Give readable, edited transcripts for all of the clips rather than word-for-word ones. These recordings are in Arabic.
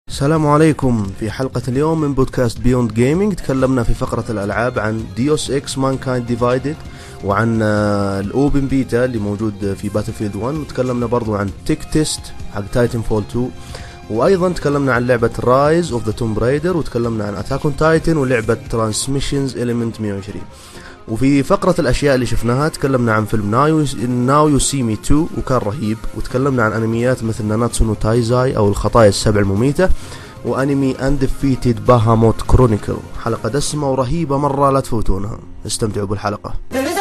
السلام عليكم. في حلقة اليوم من بودكاست بيوند جيمنج تكلمنا في فقرة الألعاب عن ديوس إكس مانكايند ديفايدد، وعن الأوبن بيتا اللي موجود في باتلفيلد 1، وتكلمنا برضو عن تيك تيست حق تايتن فول 2، وأيضا تكلمنا عن لعبة رايز اوف ذا توم برايدر، وتكلمنا عن أتاك اون تايتن ولعبة ترانسميشنز إليمنت 120. وفي فقرة الأشياء اللي شفناها تكلمنا عن فيلم ناو يو سي مي 2 وكان رهيب، وتكلمنا عن أنميات مثل ناناتسو نو تايزاي أو الخطايا السبع المميتة، وأنمي أندفيتد باهاموت كرونيكل. حلقة دسمة ورهيبة مرة، لا تفوتونها. استمتعوا بالحلقة.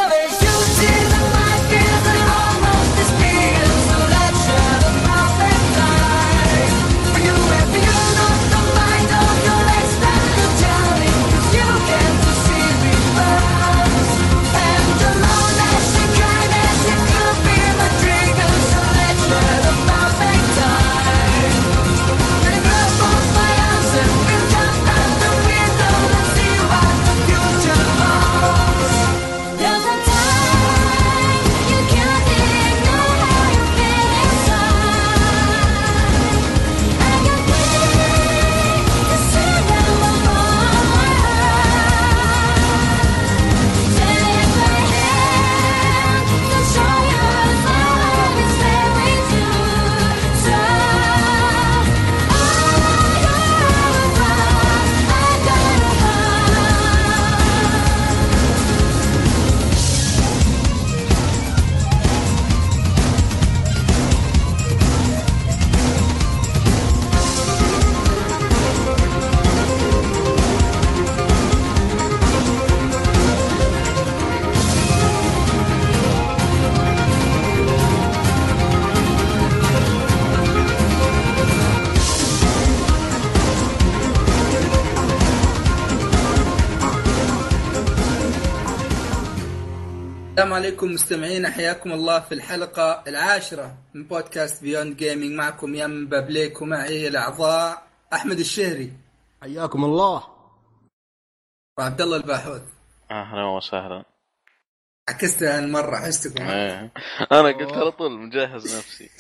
السلام عليكم مستمعين، حياكم الله في الحلقة 10 من بودكاست بيوند جيمنج. معكم يم بابليك، ومعي الأعضاء أحمد الشهري، حياكم الله، وعبد الله الباحوث. اهلا وسهلا. عكست هالمرة، حستكم. انا قلت على طول مجهز نفسي.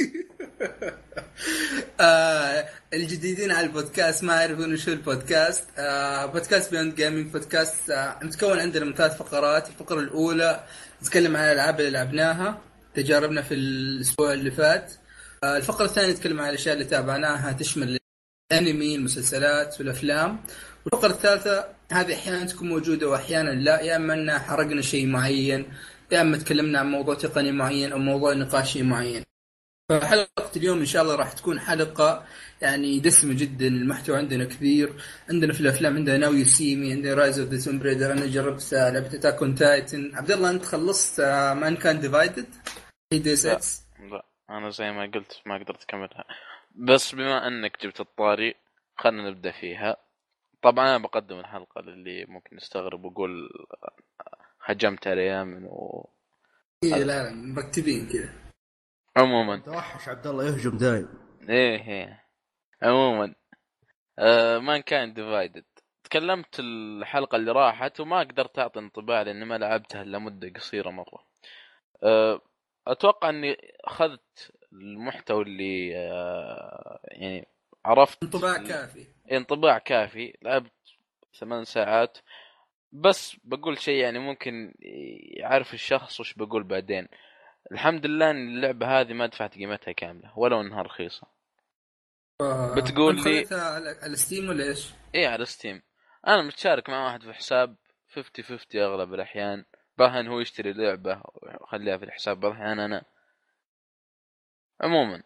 الجديدين على البودكاست ما يعرفون شو البودكاست. بودكاست بيوند جيمنج بودكاست متكون عندنا من 3 فقرات. الفقرة الأولى نتكلم عن الألعاب اللي لعبناها، تجاربنا في الأسبوع اللي فات. الفقرة الثانية نتكلم عن الأشياء اللي تابعناها، تشمل الأنمي، المسلسلات والأفلام. والفقرة الثالثة هذه أحيانا تكون موجودة وأحيانا لا، يا أما أننا حرقنا شيء معين، يا أما تكلمنا عن موضوع تقني معين أو موضوع نقاشي معين. فحلقة اليوم إن شاء الله راح تكون حلقة يعني دسمة جدا. المحتوى عندنا كبير. عندنا في الأفلام عندنا ناو يو سي مي، عندنا رايز اوف ذا توم برايدر، أنا جربت لعبة أتاك اون تايتن. عبد الله أنت خلصت مان كان ديفايدد هي ديس اكس؟ لا انا زي ما قلت ما قدرت اكملها، بس بما انك جبت الطاري خلنا نبدا فيها. طبعا انا بقدم الحلقه اللي ممكن يستغرب ويقول هجمت عليها من إيه لا مرتبين كذا. عموما توحش عبد الله يهجم دايم. ايه عموما مان كان ديفايدد تكلمت الحلقه اللي راحت وما قدرت اعطي انطباع لاني ما لعبتها الا مده قصيره مره. اتوقع اني اخذت المحتوى اللي يعني عرفت انطباع كافي. انطباع كافي. لعبت 8 ساعات بس. بقول شيء يعني ممكن يعرف الشخص وش بقول بعدين. الحمد لله ان اللعبة هذه ما دفعت قيمتها كاملة ولو انها رخيصة. بتقول أنت لي خذيتها على ستيم ولا إيش؟ ايه على ستيم. انا متشارك مع واحد في حساب 50-50 اغلب الاحيان. باهن هو يشتري لعبة وخليها في الحساب، بعض الاحيان انا. عموما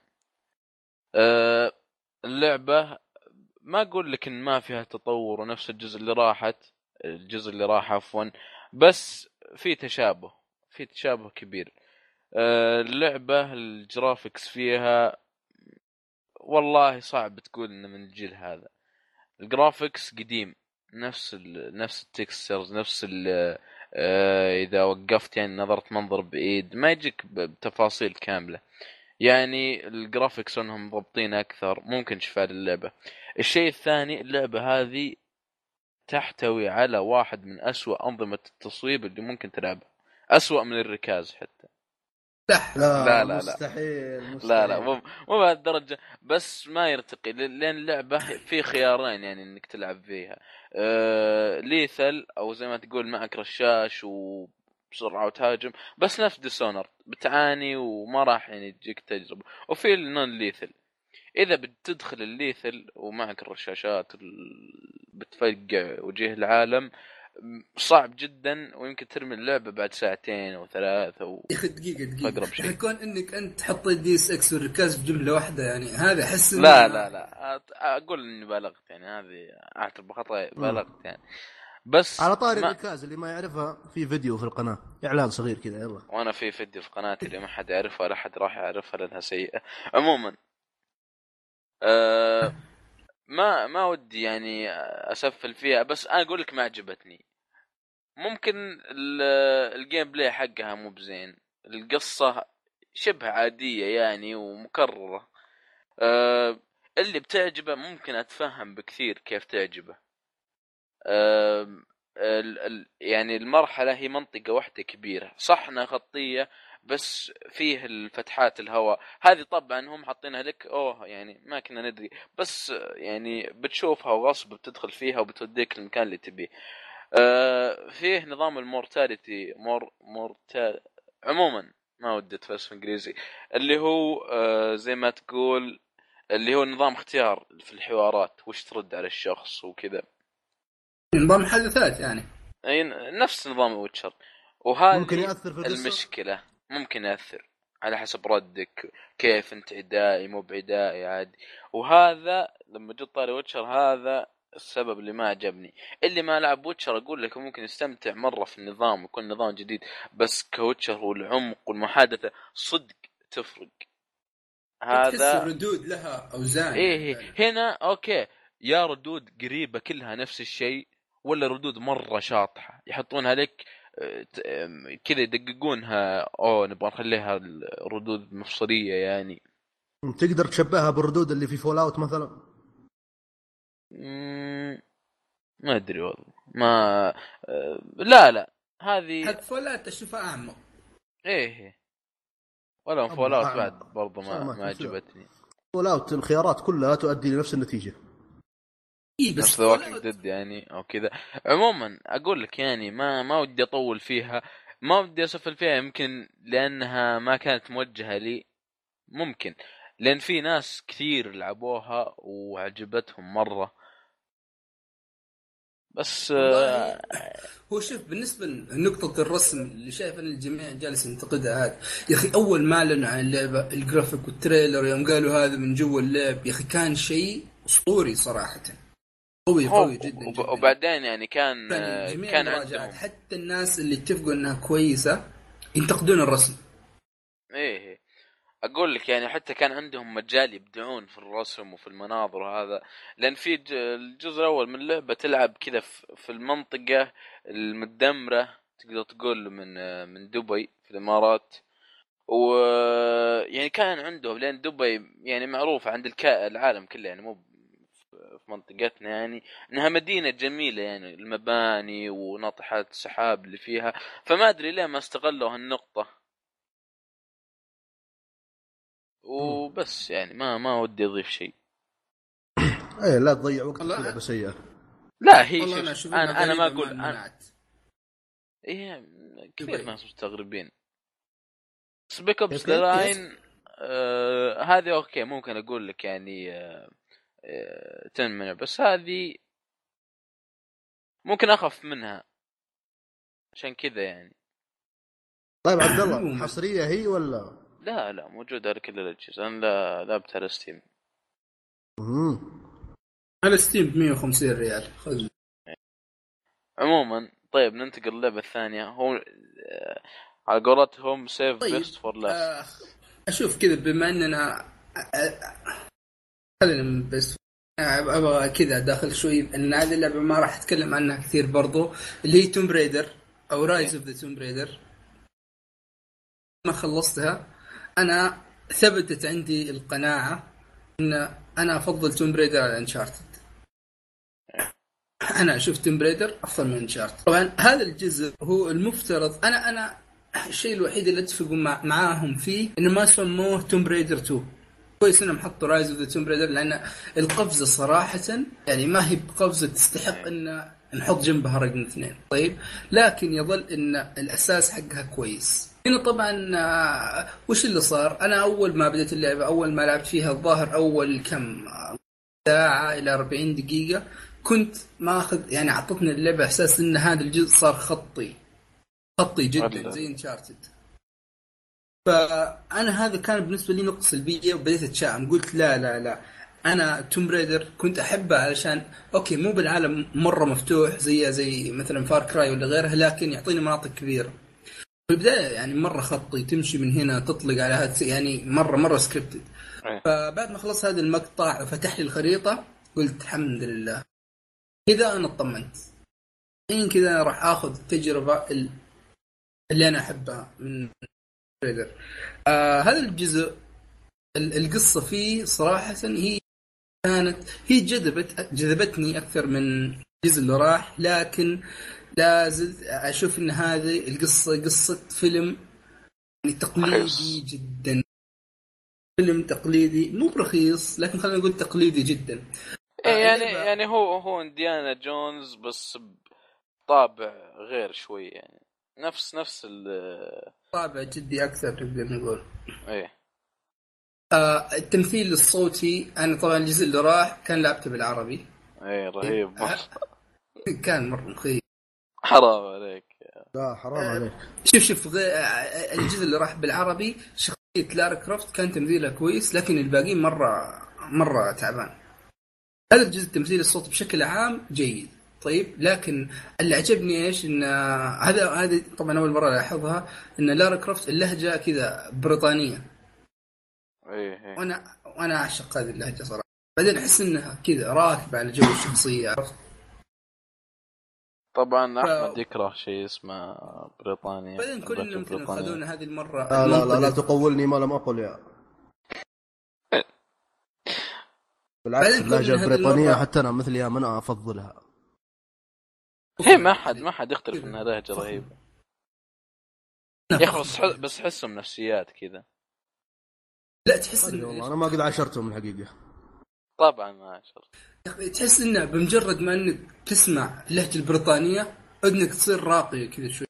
اللعبة ما اقول لك ان ما فيها تطور ونفس الجزء اللي راح عفوا، بس في تشابه كبير. اللعبة الجرافيكس فيها والله صعب تقول انه من الجيل هذا. الجرافيكس قديم، نفس التكستشرز، نفس اذا وقفت يعني نظرت منظر بايد ما يجيك بتفاصيل كاملة. يعني الجرافيكس انهم ضبطين اكثر، ممكن شفاء اللعبة. الشيء الثاني، اللعبة هذه تحتوي على واحد من أسوأ أنظمة التصويب اللي ممكن تلعبها، أسوأ من الركاز حتى. لا لا. مستحيل لا مو بهالدرجة، بس ما يرتقي لأن اللعبة في خيارين يعني إنك تلعب فيها. ليثل أو زي ما تقول معك رشاش وبسرعة وتهاجم، بس نفس ديسونر بتعاني وما راح يعني تجيك تجربة. وفي النون ليثل، إذا بتدخل الليثل ومعك الرشاشات بتفقع وجه العالم، صعب جدا ويمكن ترمي اللعبة بعد ساعتين أو ثلاثة. يا اخي دقيقة فأقرب شيء يكون انك انت تحط دي اس اكس والركاز في جملة واحدة، يعني هذا احس لا أقول إني بالغت، يعني هذه أعتبر بخطأ، بالغت يعني. بس على طاري ما... الركاز اللي ما يعرفها، في فيديو في القناة إعلان صغير كذا يلا. وأنا في فيديو في قناتي اللي ما حد يعرفها ولا حد راح يعرفها لأنها سيئة. عموما ما ودي يعني أسفل فيها، بس أنا أقول لك ما عجبتني. ممكن الجيم بلاي حقها مو بزين، القصة شبه عادية يعني ومكررة. اللي بتعجبه ممكن أتفهم بكثير كيف تعجبه. يعني المرحلة هي منطقة واحدة كبيرة، صح انها خطية بس فيه الفتحات الهواء هذه طبعا هم حاطينها لك يعني ما كنا ندري، بس يعني بتشوفها وغصب بتدخل فيها وبتوديك المكان اللي تبيه. فيه نظام المورتاليتي عموما ما ودي اتفلسف انجليزي، اللي هو زي ما تقول اللي هو نظام اختيار في الحوارات وش ترد على الشخص وكذا، نظام حدثات يعني. اي نفس نظام ويتشر. وهذه ممكن يأثر في القصة؟ المشكلة ممكن يأثر على حسب ردك، كيف انت عدائي مو بعدائي عادي. وهذا لما جيت طاري ويتشر هذا السبب اللي ما عجبني. اللي ما لعب ويتشر اقول لك ممكن يستمتع مرة في النظام ويكون نظام جديد، بس كويتشر والعمق والمحادثة صدق تفرق. هذا تحس هذا الردود لها اوزان. ايه هنا اوكي، يا ردود قريبة كلها نفس الشيء، ولا ردود مرة شاطحة يحطونها لك كذا يدققونها، نبغى نخليها الردود مفصلية يعني. تقدر تشبهها بالردود اللي في فول اوت مثلا؟ ما ادري والله، ما لا هذه حق فول اوت اشوفها اعمق. ايه ولا فول اوت بعد برضو ما عجبتني. فول اوت الخيارات كلها تؤدي لنفس النتيجة، نفس ذا واكينج ديد يعني او كذا. عموما اقول لك يعني ما ودي اطول فيها، ما ودي اسفل فيها، يمكن لانها ما كانت موجهه لي، ممكن لان في ناس كثير لعبوها وعجبتهم مره، بس هو شوف بالنسبه لنقطه الرسم اللي شايف ان الجميع جالس ينتقدها، هذا يا اخي اول ما اعلنوا عن اللعبه الجرافيك والتريلر يوم قالوا هذا من جوا اللعب، يا اخي كان شيء اسطوري صراحه، قوي جدا. وبعدين يعني كان عندهم حتى الناس اللي اتفقوا انها كويسه ينتقدون الرسم. ايه اقول لك يعني حتى كان عندهم مجال يبدعون في الرسم وفي المناظر وهذا، لان في الجزء الاول من اللعبه تلعب كذا في المنطقه المدمره تقدر تقول من دبي في الامارات، ويعني كان عندهم لان دبي يعني معروفه عند العالم كله، يعني مو في منطقتنا يعني انها مدينه جميله يعني المباني وناطحات السحاب اللي فيها، فما ادري ليه ما استغلوا هالنقطه. وبس يعني ما ودي اضيف شيء. ايه لا تضيع وقت في لعبه سيئه. لا هي انا ما اقول ايه كثير ناس مستغربين. سبيك اوبس لاين هذه اوكي ممكن اقول لك يعني تنمنع، بس هذه ممكن اخف منها عشان كذا يعني. طيب عبد الله حصريه هي ولا؟ لا موجوده على كل الاجهزه، انا لعبتها على ستيم. على ستيم 150 ريال خذ. عموما طيب ننتقل للعبه الثانيه، هو على قولتهم سيف بيست فور لاست. اشوف كذا بما اننا خلينا بس ابغى كذا داخل شوي ان هذه اللعبه ما راح اتكلم عنها كثير برضو، اللي هي توم بريدر او رايز اوف ذا توم بريدر. ما خلصتها انا ثبتت عندي القناعه ان انا افضل توم بريدر على انشارتد. انا اشوف توم بريدر افضل من انشارتد. طبعا هذا الجزء هو المفترض انا الشيء الوحيد اللي اتفقوا معاهم فيه انه ما سموه توم بريدر 2. كويس انهم حطوا رايز اوف ذا توم بريدر، لان القفزه صراحه يعني ما هي بقفزه تستحق ان نحط جنبها رقم 2. طيب لكن يظل ان الاساس حقها كويس. هنا طبعا وش اللي صار؟ انا اول ما بدأت اللعبه، اول ما لعبت فيها الظاهر اول كم ساعه الى 40 دقيقه، كنت ماخذ يعني اعطتني اللعبه احساس ان هذا الجزء صار خطي جدا زي انشارتد. فانا هذا كان بالنسبه لي نقطه سلبيه، وبديت اتشائم. قلت لا انا توم بريدر كنت احبه علشان اوكي مو بالعالم مره مفتوح زي مثلا فار كراي ولا غيرها، لكن يعطيني مناطق كبيره. في البدايه يعني مره خطي، تمشي من هنا تطلق على هذا، يعني مره سكريبتد. فبعد ما خلص هذا المقطع وفتح لي الخريطه، قلت الحمد لله كذا انا اطمنت. كذا راح اخذ التجربه اللي انا احبها من بريدر. هذا الجزء القصة فيه صراحة هي جذبتني أكثر من الجزء اللي راح، لكن لازلت أشوف إن هذه القصة قصة فيلم يعني تقليدي جدا. فيلم تقليدي مو برخيص، لكن خلينا نقول تقليدي جدا. يعني هو انديانا جونز بس بطابع غير شوي، يعني نفس طابع جدي أكثر نقدر نقول. ايه. التمثيل الصوتي أنا طبعا الجزء اللي راح كان لعبته بالعربي. ايه رهيب. كان مرة مخيف. حرام عليك. لا حرام عليك. شوف الجزء اللي راح بالعربي شخصية لارا كروفت كان تمثيلها كويس، لكن الباقيين مرة تعبان. هذا الجزء التمثيل الصوت بشكل عام جيد. طيب لكن اللي عجبني ايش ان هذا طبعا اول مرة لاحظها ان لارا كروفت اللهجة كذا بريطانية. ايه. وانا اعشق هذه اللهجة صراحة. بعدين احس انها كذا راكبة على جو الشخصية، عرفت؟ طبعا احمد يكره شيء اسمه بريطانيا. بعدين كلنا مثل خذونا هذه المرة. لا تقولني ما لم اقل يا. بالعكس اللهجة البريطانية حتى انا مثل يا من افضلها. هي ما حد يختلف انها لهجة رهيبة يا اخي، بس حسهم نفسيات كذا. لا تحس والله انا ما قد عاشرتهم الحقيقة. طبعا ما عاشرت. تحس انه بمجرد ما انك تسمع اللهجة البريطانية اذنك تصير راقية كذا شوي.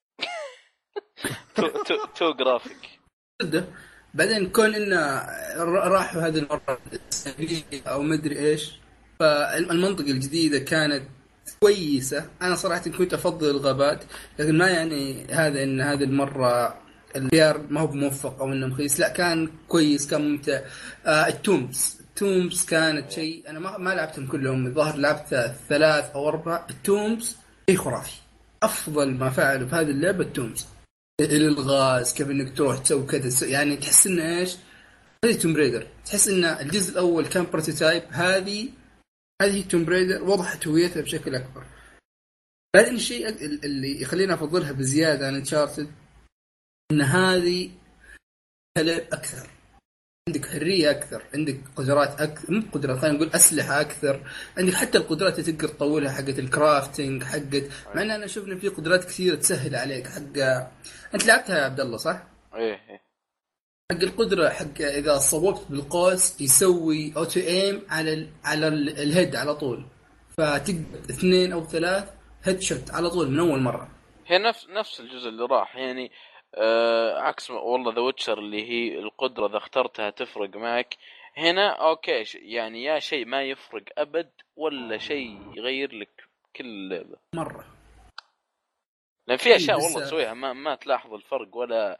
تو جرافيك. بعدين كون انه راحوا هذه المرة او مدري ايش، فالمنطقة الجديدة كانت كويسة. انا صراحة كنت افضل الغابات، لكن ما يعني هذا ان هذه المرة الخيار ما هو موفق او انه مخيس، لا كان كويس كان ممتع. التومز كانت شيء، انا ما لعبتهم كلهم، الظاهر لعبت 3 أو 4. التومز شيء خرافي، افضل ما فعلوا في هذه اللعبة التومز. الالغاز كيف انك تروح تسوي كذا، يعني تحس انه ايش هذه توم بريدر. تحس ان الجزء الاول كان بروتوتايب، هذه توم بريدر وضحت هويتها بشكل اكبر. بعدين الشيء اللي يخلينا افضلها بزياده عن انشارتد ان هذه لعب اكثر، عندك حريه اكثر، عندك قدرات اكثر، مو قدرات، خلينا نقول اسلحه اكثر، عندك حتى القدرات اللي تقدر تطولها حقت الكرافتنج حقت، مع ان انا شفنا في قدرات كثيره تسهل عليك. حق انت لعبتها يا عبد الله صح؟ ايه. حق القدره حق اذا صوبت بالقوس يسوي اوتو ايم على الهيد على طول، فتقدر 2 أو 3 هيد شوت على طول من اول مره. هي نفس الجزء اللي راح يعني. عكس والله ذا ويتشر اللي هي القدرة إذا اخترتها تفرق معك. هنا أوكي يعني يا شيء ما يفرق أبد ولا شيء يغير لك كل لعبة مرة. لأن في أشياء والله تسويها ما تلاحظ الفرق ولا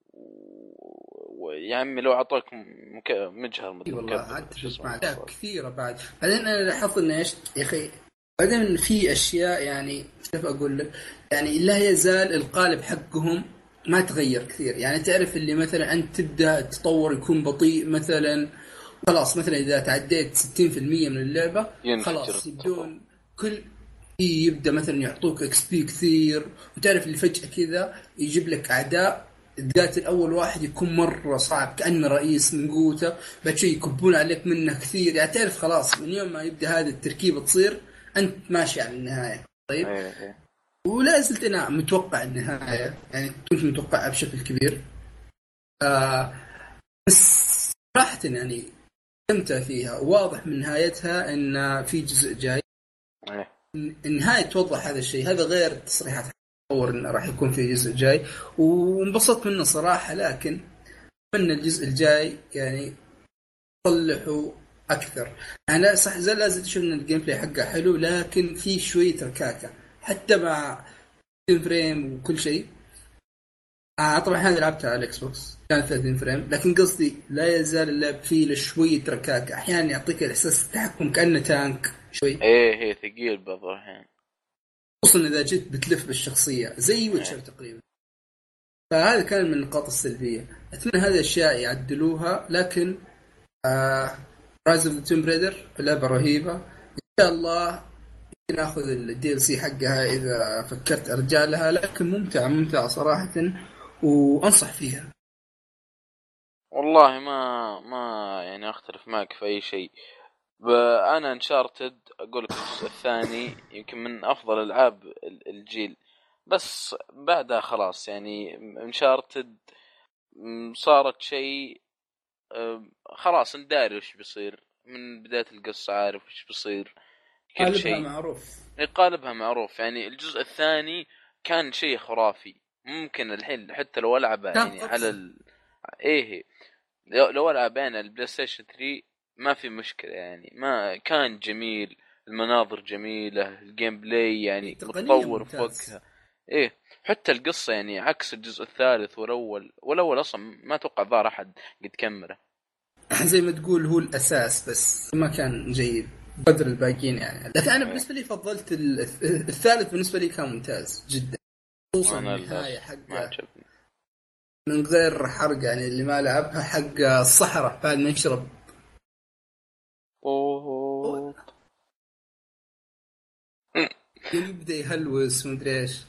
يا عمي لو أعطاك مجهر مثل والله أتفق معك كثيرة. بعدين أنا لاحظت إن إيش يا أخي، بعدين في أشياء يعني كيف أقول لك، يعني لا يزال القالب حقهم ما تغير كثير. يعني تعرف اللي مثلا أنت تبدأ تطور يكون بطيء مثلا، خلاص مثلا إذا تعديت 60% من اللعبة خلاص يبدون كل يبدأ مثلا يعطوك XP كثير، وتعرف اللي فجأة كذا يجيب لك أعداء تقاتل أول واحد يكون مرة صعب كأنه رئيس من قوته، بعد شيء يكبون عليك منه كثير. يعني تعرف خلاص من يوم ما يبدأ هذه التركيبة تصير أنت ماشي على النهاية. طيب ولا زلت انا متوقع النهايه، يعني كنت متوقعها بشكل كبير. بس صراحه يعني استمتع فيها، واضح من نهايتها ان في جزء جاي. إيه. النهايه توضح هذا الشيء، هذا غير تصريحات تصور انه راح يكون في جزء جاي، وانبسطت منه صراحه. لكن اتمنى الجزء الجاي يعني يصلحوا اكثر. يعني لا صح، زي لازم تشوف ان الجيم بلاي حقه حلو، لكن في شويه ركاكه حتى مع فريم وكل شيء. طبعا هذه لعبتها على الاكس بوكس كانت 30 فريم، لكن قصدي لا يزال اللعب فيه شويه ركاكه، احيانا يعطيك الاحساس التحكم كانه تانك شوي، ايه هي ثقيل بعض الحين. خصوصا اذا جيت بتلف بالشخصيه زي ويتشر تقريبا. فهذا كان من النقاط السلبيه. اتمنى هذه الاشياء يعدلوها. لكن رايز اوف ذا توم بريدر لعبه رهيبه، ان شاء الله ناخذ الدي ال سي حقها اذا فكرت ارجع لها. لكن ممتعه صراحه، وانصح فيها. والله ما يعني اختلف معك في اي شيء. انا انشارتد اقول لك الجزء الثاني يمكن من افضل العاب الجيل، بس بعدها خلاص يعني انشارتد صارت شيء خلاص نداري وش بيصير من بداية القصة، عارف وش بيصير كل شيء معروف. قالبها معروف. يعني الجزء الثاني كان شيء خرافي، ممكن الحين حتى لو العبها يعني على ايه لو العب انا البلاي ستيشن 3 ما في مشكلة. يعني ما كان جميل، المناظر جميلة، الجيم بلاي يعني متطور فوقها. ايه حتى القصة يعني عكس الجزء الثالث والاول اصلا ما توقع ظهر احد قد كمله. زي ما تقول هو الاساس، بس ما كان جيد قدر الباقيين يعني. لكن انا بالنسبه لي فضلت الثالث، بالنسبه لي كان ممتاز جدا، خصوصا النهايه حقه من غير حرق. يعني اللي ما لعبها حق الصحراء بعد ما يشرب يبدا يهلوس ومدري ايش.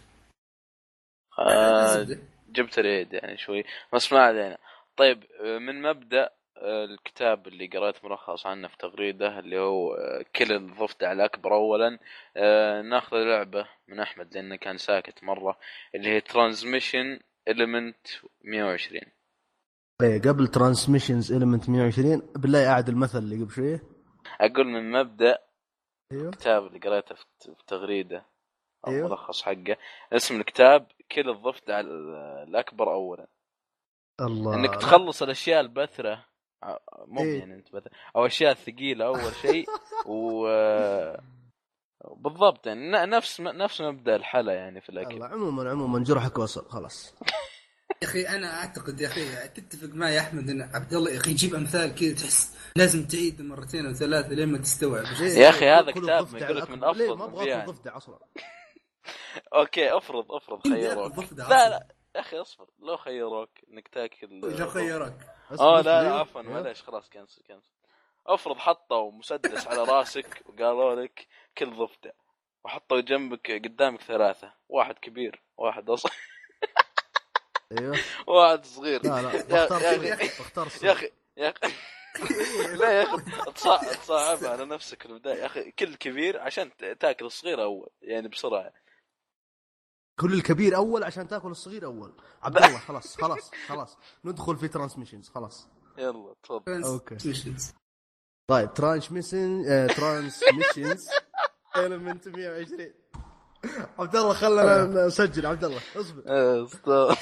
جبت العيد يعني شوي، بس ما علينا. طيب من مبدأ الكتاب اللي قرأت ملخص عنه في تغريدة اللي هو كل الضفدع الأكبر أولا، ناخذ لعبة من أحمد لأنه كان ساكت مرة، اللي هي ترانزميشن إليمنت 120. ايه قبل ترانسميشنز إليمنت 120 بالله قاعد المثل اللي قبل شويه. أقول من مبدأ أيوه. الكتاب اللي قرأته في تغريدة أو أيوه. ملخص حقه، اسم الكتاب كل الضفدع الأكبر أولا. الله، انك تخلص الاشياء البثره مو إيه؟ يعني انت بثرة او اشياء ثقيله اول شيء و بالضبط يعني نفس مبدا الحلا يعني في الاكل. الله عموما جرحك وصل خلاص. يا اخي انا اعتقد يا اخي تتفق معي يا احمد ان عبد الله يا اخي يجيب امثال كذا تحس لازم تعيد مرتين او ثلاثه لين ما تستوعب. يا اخي هذا كتاب ما يقول لك من افضل ما ابغى يعني. ضفدع اصلا. اوكي افرض خيروك. لا يا اخي اصبر، لو خيروك انك تاكل لو خيروك لا عفوا معليش خلاص كنسل. افرض حطوا مسدس على راسك وقالوا لك كل ضفدع، وحطوا جنبك قدامك ثلاثة، واحد كبير واحد أصغر ايوه واحد صغير. لا بختار صغير يا اخي لا يا اخي تصعب على نفسك في البداية يا اخي. كل كبير عشان تاكل الصغير اول يعني بسرعة، كل الكبير اول عشان تاكل الصغير اول. عبد الله خلاص ندخل في ترانسميشنز خلاص. يلا تفضل. اوكي طيب ترانسميشنز إليمنت 120. عبد الله خلنا نسجل. عبد الله اصبر.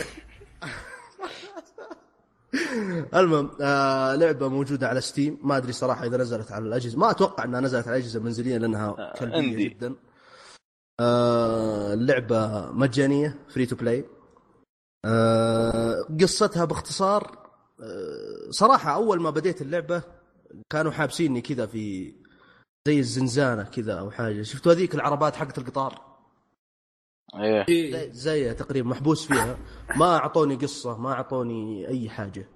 المهم لعبة موجودة على ستيم، ما أدري صراحة إذا نزلت على الأجهزة، ما أتوقع أنها نزلت على الأجهزة المنزلية لأنها كلبية جدا. اللعبة مجانية فري تو بلاي. قصتها باختصار، صراحة أول ما بديت اللعبة كانوا حابسيني كذا في زي الزنزانة كذا أو حاجة. شفتوا هذيك العربات حقت القطار؟ زي تقريبا محبوس فيها، ما أعطوني قصة ما أعطوني أي حاجة.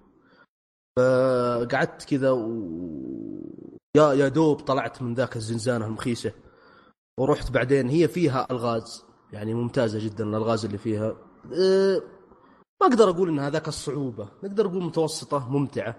فقعدت كذا يا دوب طلعت من ذاك الزنزانة المخيسة ورحت. بعدين هي فيها ألغاز يعني ممتازة جدا، الألغاز اللي فيها ما أقدر أقول إن هذاك الصعوبة، نقدر نقول متوسطة ممتعة.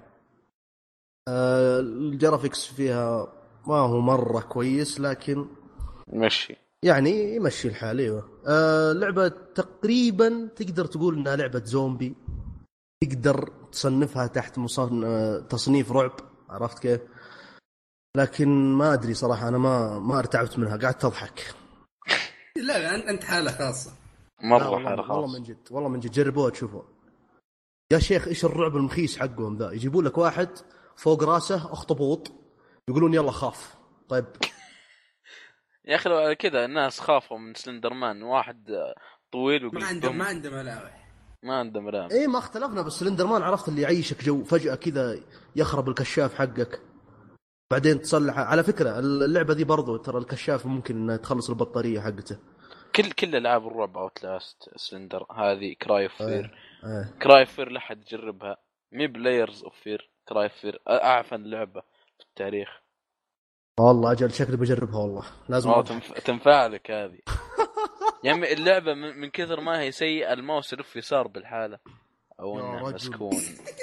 الجرافيكس فيها ما هو مرة كويس لكن مشي يعني يمشي الحال. ايوه لعبه تقريبا تقدر تقول انها لعبه زومبي، تقدر تصنفها تحت تصنيف رعب، عرفت كيف؟ لكن ما ادري صراحه، انا ما ارتعبت منها، قعدت اضحك. لا انت حاله خاصه مره حاله خاصه. والله من جد جربوها تشوفوا يا شيخ. ايش الرعب المخيس حقهم ذا؟ يجيبوا لك واحد فوق راسه اخطبوط يقولون يلا خاف. طيب يا اخي لو كذا الناس خافوا من سلندر مان، واحد طويل ما عنده ملاوح. ما عنده ملامح. ايه ما اختلفنا، بس سلندر مان عرفت اللي يعيشك جو فجأة كذا يخرب الكشاف حقك بعدين تصلح. على فكرة اللعبة دي برضو ترى الكشاف ممكن تخلص البطارية حقته. كل العاب الرعب اوتلاست سلندر هذه كرايف فير. كرايف فير لا حد يجربها، مي بلايرز اوف فير. كرايف فير اعفن لعبة في التاريخ والله. اجل شكلي بجربها والله، لازم تنفع لك هذه. يعني اللعبة من كثر ما هي سيئة الماوس يلف يسار بالحالة او انه مسكون.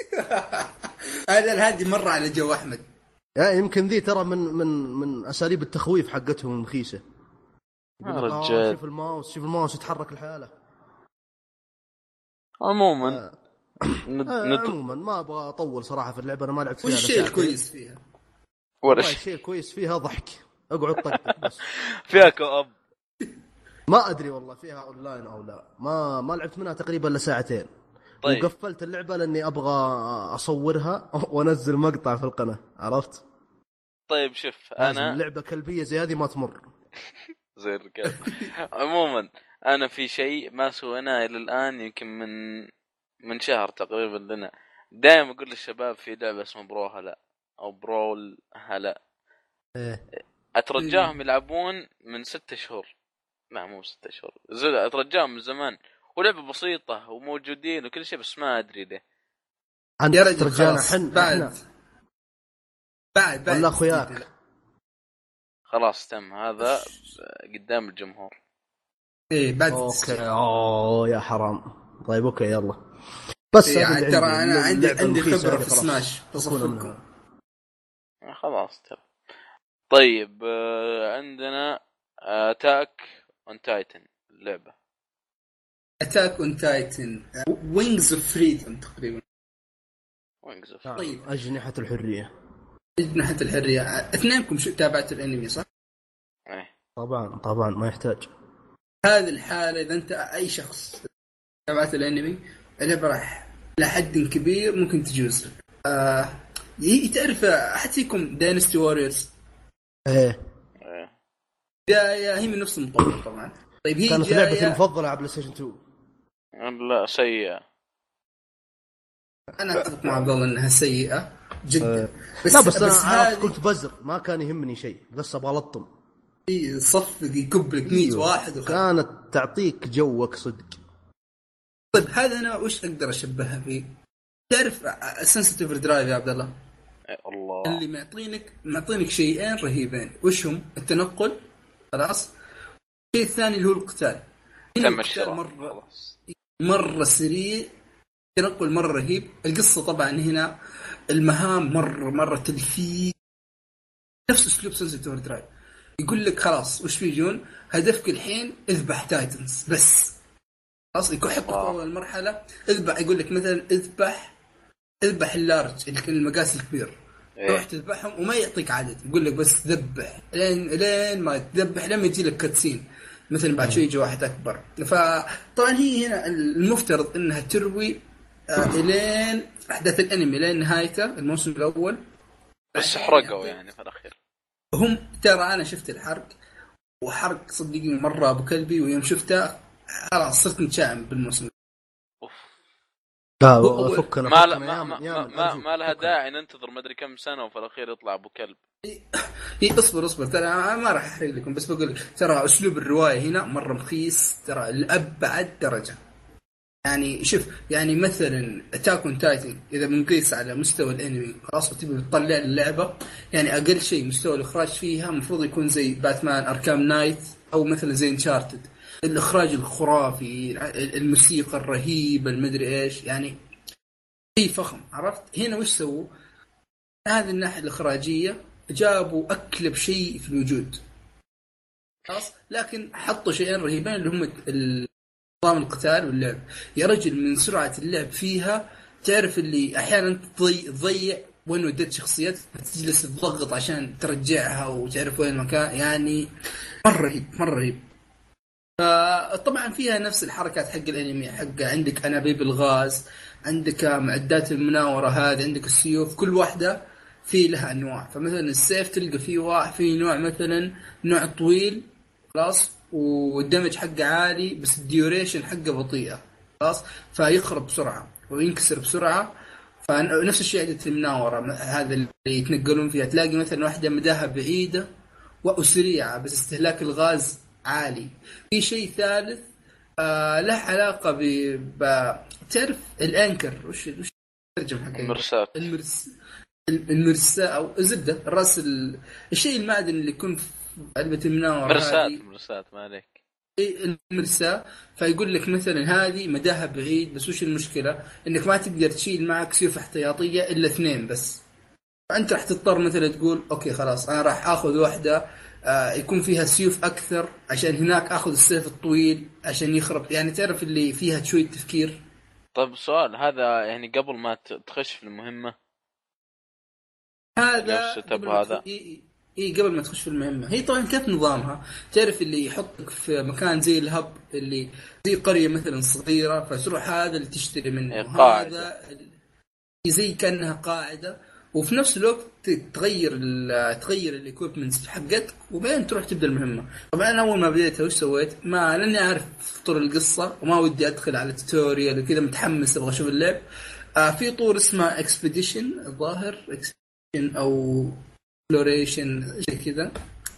هذه مرة على جو احمد. يعني يمكن ذي ترى من اساليب التخويف حقتهم المخيسة. رجال شوف الماوس يتحرك الحالة. عموما عموما ما ابغى اطول صراحة في اللعبة، انا ما لعبت فيها. والشيء الكويس فيها ولا شيء كويس فيها ضحك، اقعد طقطق بس. فيها كوب ما ادري والله فيها اونلاين او لا، ما لعبت منها تقريبا الا ساعتين. طيب. وقفلت اللعبه لاني ابغى اصورها وانزل مقطع في القناه، عرفت؟ طيب شوف انا لعبه كلبيه زي هذه ما تمر. زي الرجال. عموما انا في شيء ما سويناه الى الان، يمكن من شهر تقريبا لنا. دائما اقول للشباب في لعبه اسمها برو هلا او برول هلا. اترجاهم يلعبون من 6 شهور. لا مو 6 شهور، اترجاهم من زمان، ولعبه بسيطه وموجودين وكل شيء، بس ما ادري ليه. انت رجعنا بعد ولا اخوياك؟ خلاص تم هذا قدام الجمهور. ايه بعد. اوكي يا حرام. طيب اوكي يلا. بس إيه ترى انا عندي خبره في سماش تصفكم. خلاص ترى. طيب عندنا اتاك اون تايتن اللعبه. اتاك اون تايتن وينجز اوف فريدم تقريبا. وينجز اوف طيب اجنحه الحريه. اجنحه الحريه. اثنينكم تابعتوا الانمي صح؟ ايه طبعا ما يحتاج. هذه الحاله اذا انت اي شخص تابعت الانمي اللعبه راح لحد كبير ممكن تجوز لك. تعرف حتى يكون داينستي واريورز. ايه جايه هي من نفس المطور طبعا. طيب هي كانت لعبتي المفضله على بلاي ستيشن 2. لا سيئه. انا اتفق مع عبد الله انها سيئه جدا. بس انا كنت بزر ما كان يهمني شيء، بس ابغى الطم. صفق يكب لك 100 واحد كانت تعطيك جوك صدق. طيب هذا انا وش اقدر اشبهها فيه؟ تعرف سنسيتيف درايف يا عبد الله؟ الله اللي معطينك شيئين رهيبين، وش هم؟ التنقل خلاص، الشيء الثاني اللي هو القتال. مرة سريع، تنقل مرة رهيب. القصة طبعا هنا المهام مرة تلفيق، نفس اسلوب سنسيتيف درايف. يقول لك خلاص وش بيجون هدفك الحين اذبح تايتنز بس. خلاص يكون حطك اول المرحله اذبح، يقول لك مثلا اذبح اللارج المقاس الكبير. تروح تذبحهم وما يعطيك عدد، يقول لك بس ذبح لين ما تذبح لما يجي لك كاتسين مثلا بعد شوي يجي واحد اكبر. فطبعا هي هنا المفترض انها تروي الين احداث الانمي لين نهايته الموسم الاول، بس حرقوا يعني في الاخير. هم ترى انا شفت الحرق وحرق صدقني مره ابو كلبي، ويوم شفته خلاص صرت متشائم بالموسم. لا فكنا ما لها داعي ننتظر ما ادري كم سنه وفي الاخير يطلع ابو كلب. اصبر ترى ما راح احرق لكم، بس بقول ترى اسلوب الروايه هنا مره مخيس ترى لأبعد درجه. يعني شوف يعني مثلا أتاك أون تايتن إذا بنقيس على مستوى الأنمي خلاص وتبي تطلع اللعبة، يعني أقل شيء مستوى الإخراج فيها مفروض يكون زي باتمان أركام نايت أو مثلا زي انشارتد. الإخراج الخرافي، الموسيقى الرهيبة، المدري إيش، يعني شيء فخم. عرفت هنا وش سووا؟ هذه الناحية الإخراجية جابوا أكلب شيء في الوجود. خلاص. لكن حطوا شيئين رهيبين اللي هم نظام القتال واللعب. يا رجل من سرعة اللعب فيها تعرف اللي أحيانا تضيع وين وديت شخصيات، تجلس تضغط عشان ترجعها وتعرف وين المكان. يعني مرة رهيب مرة رهيب. طبعا فيها نفس الحركات حق الانمي، حق عندك انابيب الغاز، عندك معدات المناورة هذه، عندك السيوف، كل واحدة في لها انواع. فمثلا السيف تلقى فيه واحد في نوع مثلا نوع طويل خلاص والدمج حقه عالي بس الديوريشن حقه بطيئة خلاص، فيخرب بسرعة وينكسر بسرعة. فنفس الشيء عندك المناورة هذا اللي يتنقلون فيها، تلاقي مثلا واحدة مداها بعيدة وسريعة بس استهلاك الغاز عالي. في شيء ثالث له علاقة تعرف الانكر وش ترجم حق المرساة المرساة او زبدة الراس الشيء المعدن اللي يكون في علبة المناورة مرساة ما عليك المرساة. فيقول لك مثلا هذه مداها بعيد بس وش المشكلة انك ما تقدر تشيل معك سيوف احتياطية الا 2 بس. فانت راح تضطر مثلا تقول اوكي خلاص انا راح اخذ واحدة يكون فيها سيوف اكثر عشان هناك اخذ السيف الطويل عشان يخرب. يعني تعرف اللي فيها شوية تفكير. طيب سؤال، هذا يعني قبل ما تخش في المهمة هذا قبل هذا قبل ما تخش في المهمة. هي طبعا كيف نظامها؟ تعرف اللي يحطك في مكان زي الهب اللي زي قرية مثلا صغيرة، فتروح هذا اللي تشتري منه هذا زي كأنها قاعدة، وفي نفس الوقت تغير الايكويبمنتس حقتك وبعدين تروح تبدا المهمه. طبعا انا اول ما بديتها وش سويت؟ ما لاني عارف طور القصه وما ودي ادخل على توتوريال وكذا، متحمس ابغى اشوف اللعب. في طور اسمه اكسبيديشن الظاهر اكسبيديشن او اكسبلوريشن شيء كذا،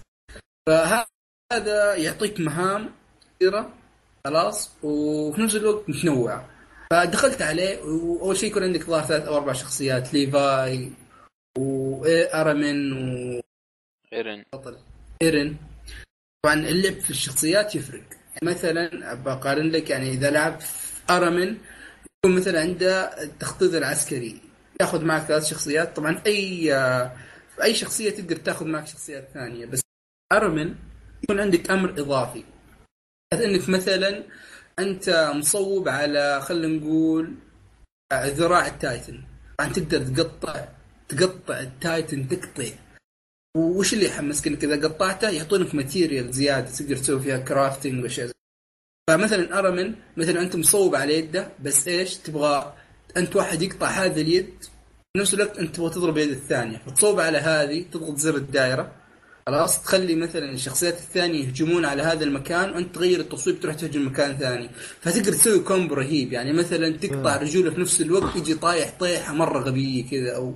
فهذا يعطيك مهام كثيره خلاص وفي نفس الوقت متنوعه. فدخلت عليه واول شيء يكون عندك ظاهر 3 أو 4 شخصيات، ليفاي وارمن ايرين. طبعا اللعب في الشخصيات يفرق. يعني مثلا بقارن لك، يعني اذا لعبت ارمن يكون مثلا عنده التخطيط العسكري ياخذ معك 3 شخصيات. طبعا اي شخصيه تقدر تاخذ معك شخصيات ثانيه، بس ارمن يكون عندك امر اضافي انك مثلا انت مصوب على خلينا نقول ذراع التايتن، طبعا تقدر تقطع التايتن تقطيع. وش اللي يحمسك انك اذا قطعته يعطونك ماتيريال زياده تقدر تسوي فيها كرافتنج وشيء. فمثلا ارمن مثلا انت مصوب على يده بس ايش تبغى انت واحد يقطع هذا اليد في نفس الوقت انت تبغى تضرب اليد الثانيه، فتصوب على هذه تضغط زر الدائره خلاص تخلي مثلا الشخصيات الثانيه يهجمون على هذا المكان وانت تغير التصويب تروح تهجم مكان ثاني، فتقدر تسوي كومبو رهيب. يعني مثلا تقطع رجوله في نفس الوقت يجي طايح طيحه مره غبيه كذا. او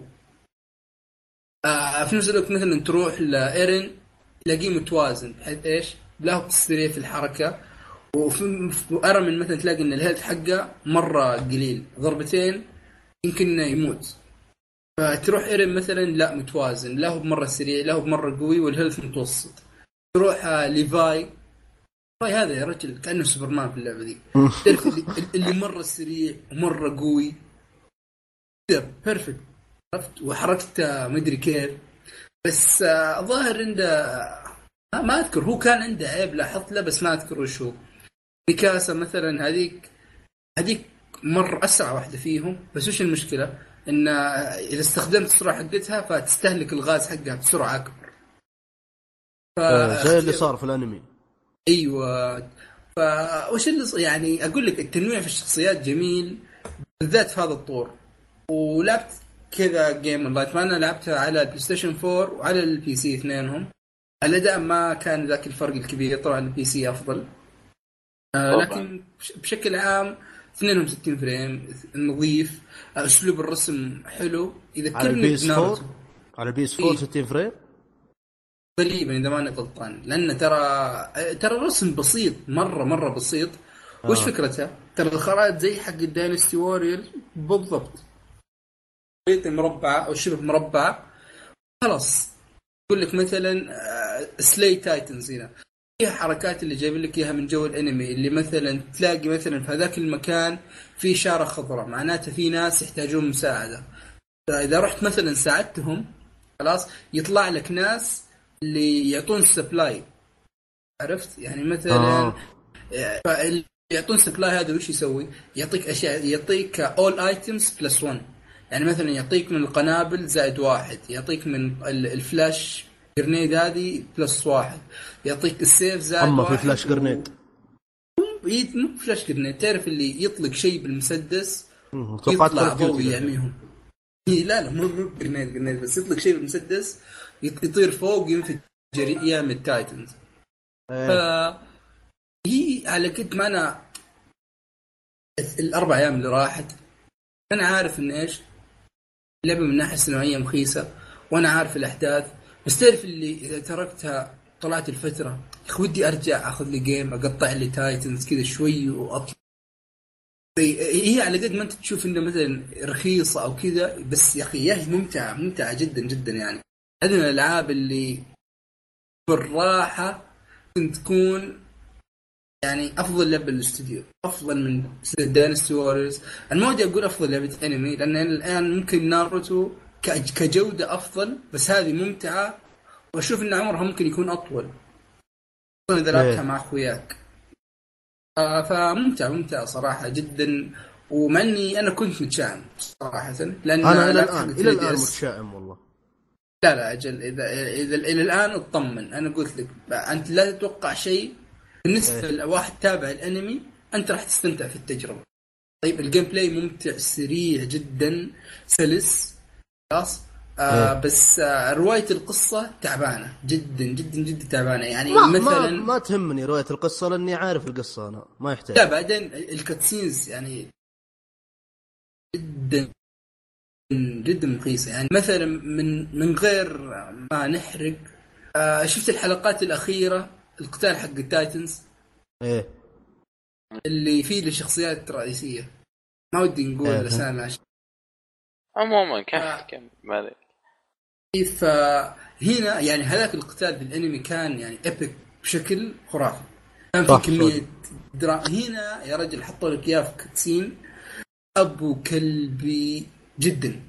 في نفس الوقت مثلا تروح لايرين تلاقيه متوازن بحيث ايش له سريع في الحركه. وفي ارمن مثلا تلاقي ان الهيلث حقه مره قليل، ضربتين يمكن يموت. فتروح ايرين مثلا لا متوازن، له بمره سريع له بمره قوي والهيلث متوسط. تروح ليفاي هذا يا رجل كانه سوبرمان في اللعبه دي، تعرف اللي مره سريع ومره قوي بيرفكت، عرفت؟ وحركته ما ادري كيف. بس ظاهر عنده ما اذكر، هو كان عنده عيب لاحظت له بس ما اذكر وش هو. ميكاسا مثلا هذيك مره اسرع واحده فيهم، بس وش المشكله ان اذا استخدمت السرعه حقتها فتستهلك الغاز حقها بسرعه اكبر. زي اللي صار في الانمي. ايوه. فوش اللي يعني اقول لك التنويع في الشخصيات جميل بالذات في هذا الطور. ولعبت كذا جيم اونلاين، انا لعبتها على البلاي ستيشن 4 وعلى البي سي اثنينهم. الاداء ما كان ذاك الفرق الكبير، طبعا البي سي افضل. لكن بشكل عام 62 فريم نظيف، اسلوب الرسم حلو. اذا على البيس 4 على البيس 4 60 فريم تقريبا اذا ماني غلطان، لان ترى الرسم بسيط مره بسيط. وش فكرتها؟ ترى الخرائط زي حق الداينستي وورير بالضبط، خريطة مربعة أو شبه مربعة خلاص. يقول لك مثلا سلاي تايتنز هنا فيها حركات اللي جايب لك إياها من جو الأنمي، اللي مثلا تلاقي مثلا في هذاك المكان في إشارة خضراء معناته في ناس يحتاجون مساعدة، فإذا رحت مثلا ساعدتهم خلاص يطلع لك ناس اللي يعطون سبلاي عرفت يعني مثلا فاللي يعطون سبلاي هذا وش يسوي؟ يعطيك اشياء، يعطيك اول ايتمز بلس 1. يعني مثلا يعطيك من القنابل زائد 1، يعطيك من الفلاش جرنيد هذه بلس 1، يعطيك السيف زائد 1. اما في فلاش جرنيد مو فلاش جرنيد، تعرف اللي يطلق شيء بالمسدس توقعت يطلع ضوء يعميهم. لا مو جرنيد بس يطلق شيء بالمسدس يطير فوق ينفجر يعمل تايتنز. هي على قد ما انا الاربع ايام اللي راحت انا عارف ان ايش اللعبه من ناحيه سينمائيه مخيسه، وانا عارف الاحداث، بس تعرف اللي اذا تركتها طلعت الفتره ودي ارجع اخذ لي جيم اقطع لي تايتنز كذا شوي واطلع. هي على قد ما انت تشوف انه مثلا رخيصه او كذا، بس يا اخي هي ممتعه جدا جدا. يعني هذه من الالعاب اللي بالراحه كنت تكون يعني افضل لعبه للاستوديو، افضل من داينستي ووريرز. انا ما ودي اقول افضل لعبه انمي لان الان ممكن ناروتو كجوده افضل، بس هذه ممتعه واشوف ان عمرها ممكن يكون اطول اذا لعبتها مع اخوياك. فممتع صراحه جدا. ومع اني انا كنت متشائم صراحه، لان انا الى الان متشائم والله. لا اجل، اذا الى الان اطمن. انا قلت لك انت لا تتوقع شيء بالنسبه لواحد تابع الانمي، انت راح تستمتع في التجربه. طيب الجيم بلاي ممتع سريع جدا سلس خلاص. بس روايه القصه تعبانه جدا جدا جدا تعبانه. يعني مثلا ما تهمني روايه القصه لاني عارف القصه، انا ما يحتاج. لا بعدين الكاتسينز يعني جدا جدا مقيسه. يعني مثلا من غير ما نحرق، شفت الحلقات الاخيره القتال حق التايتنز اللي فيه الشخصيات الرئيسيه، ما ودي نقول اسامي عموما كم مالك. فهنا يعني هذاك القتال بالانمي كان يعني ايبك بشكل خرافي، كان في كميه هنا يا رجل حطوا لك اياه في كاتسين ابو كلبي جدا.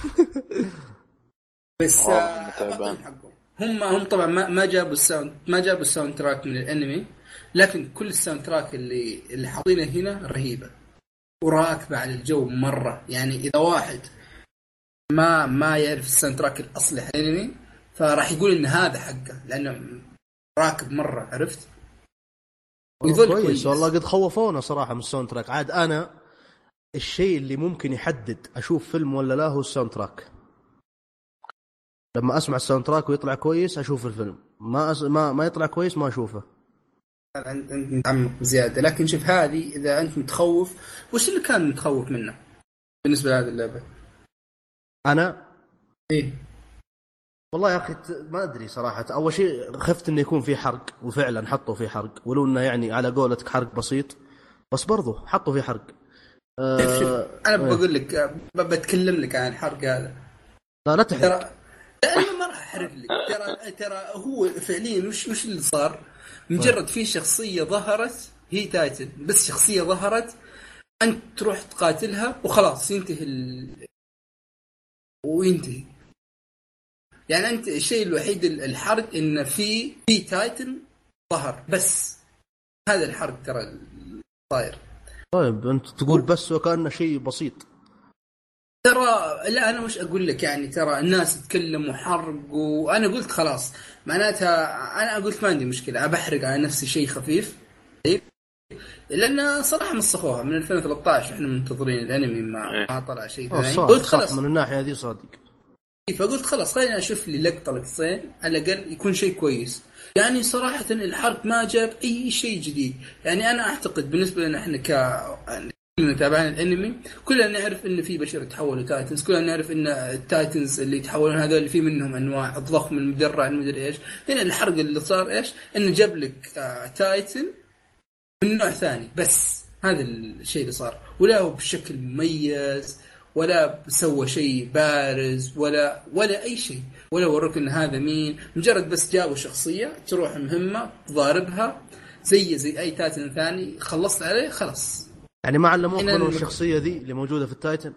بس هم طبعا ما جابوا الساوند تراك من الانمي، لكن كل الساوند تراك اللي حاطينه هنا رهيبه وراكبه على الجو مره. يعني اذا واحد ما يعرف الساوند تراك الاصلي حق الانمي فراح يقول ان هذا حقه لانه راكب مره، عرفت؟ ويظل كويس والله. قد خوفونا صراحه من الساوند تراك. عاد انا الشيء اللي ممكن يحدد اشوف فيلم ولا لا هو الساوند تراك. لما اسمع الساوند تراك ويطلع كويس اشوف الفيلم، ما يطلع كويس ما اشوفه. انت متعمق زياده. لكن شوف هذه اذا انت متخوف، وش اللي كان متخوف منه بالنسبه لهذه اللعبه؟ انا ايه والله يا اخي ما ادري صراحه. اول شيء خفت انه يكون في حرق، وفعلا حطوا فيه حرق، ولو انه يعني على قولتك حرق بسيط، بس برضو حطوا فيه حرق. انا بقول لك بتكلم لك عن الحرق هذا. لا تحرق. انا ما راح احرق لك. ترى هو فعليا وش اللي صار. مجرد في شخصيه ظهرت هي تايتن، بس شخصيه ظهرت انت تروح تقاتلها وخلاص ينتهي وينتهي. يعني انت الشيء الوحيد الحرق ان في تايتن ظهر، بس هذا الحرق ترى صاير. طيب انت تقول بس وكأنه شيء بسيط. ترى لا انا وش اقول لك، يعني ترى الناس تتكلم وحرق وانا قلت خلاص معناتها انا قلت ما عندي مشكله بحرق على نفسي شيء خفيف. طيب لان صراحه مسخوها من 2013 احنا منتظرين الانمي ما طلع شيء ثاني. قلت خلاص من الناحيه هذه صادق. فقلت خلاص خلينا اشوف لي لقطه لقطتين على الاقل يكون شيء كويس. يعني صراحه الحرق ما جاب اي شيء جديد. يعني انا اعتقد بالنسبه لنا احنا كلنا تابعين الانمي كلنا نعرف ان في بشر تحولوا تايتنز، كلنا نعرف ان التايتنز اللي يتحولون هذول اللي في منهم انواع الضخم المدرع المدري ايش. هنا الحرق اللي صار ايش، انه جاب لك تايتن من نوع ثاني، بس هذا الشيء اللي صار. ولا هو بشكل مميز ولا سوى شيء بارز ولا اي شيء، ولا وروك ان هذا مين. مجرد بس جابوا شخصيه تروح مهمه تضاربها زي اي تايتن ثاني، خلصت عليه خلاص. يعني ما علموك منو الشخصيه ذي اللي موجوده في التايتن؟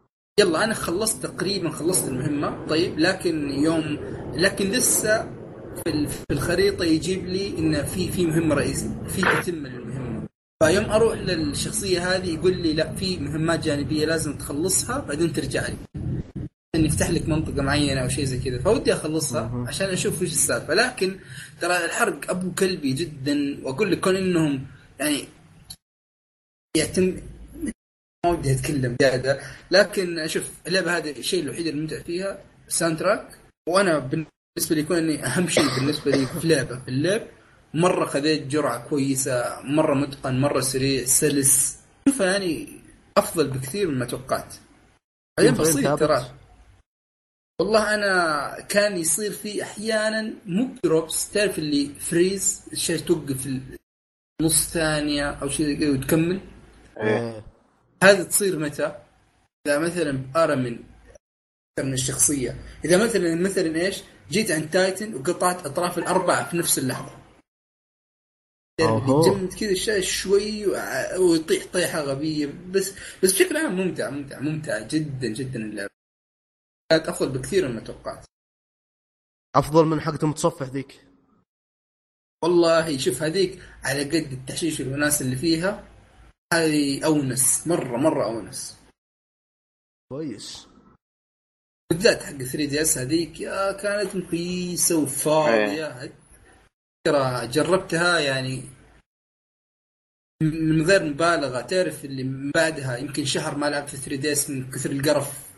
يلا انا خلصت تقريبا خلصت المهمه. طيب لكن لسه في الخريطه يجيب لي ان في مهمه رئيسيه، في تتم المهمه. فيوم اروح للشخصيه هذه يقول لي لا، في مهمات جانبيه لازم تخلصها بعدين ترجع لي، ان يفتح لك منطقه معينه او شيء زي كذا، فودي اخلصها عشان اشوف ايش السالفه. لكن ترى الحرق ابو كلبي جدا، واقول لك كون انهم يعني يتم، ما ودي اتكلم زياده. لكن شوف اللعبه هذه الشيء الوحيد الممتع فيها الساوند تراك. وانا بالنسبه لي يكون اني اهم شيء بالنسبه لي في لعبه في اللعب مره خذيت جرعه كويسه، مره متقن، مره سريع سلس، يعني افضل بكثير مما توقعت. بعدين بسيط ترى. والله انا كان يصير في احيانا مو دروبس، تعرف اللي فريز، الشيء توقف نص ثانيه او شيء كذا وتكمل. هذا تصير متى؟ اذا مثلا ارى من الشخصيه، اذا مثلا ايش، جيت عند تايتن وقطعت اطراف الاربعه في نفس اللحظه، جمد كذا الشيء شوي ويطيح طيحه غبيه. بس بشكل عام ممتع جدا جدا. اللعبه كانت افضل بكثير مما توقعت، افضل من حقة المتصفح ذيك. والله شوف هذيك على قد التحشيش والناس اللي فيها، هذه أونس مرة أونس كويس. بالذات حق 3DS هذيك يا كانت مقيسة وفاضية. ترى جربتها يعني من غير مبالغة، تعرف اللي من بعدها يمكن شهر ما لعبت 3DS من كثر القرف.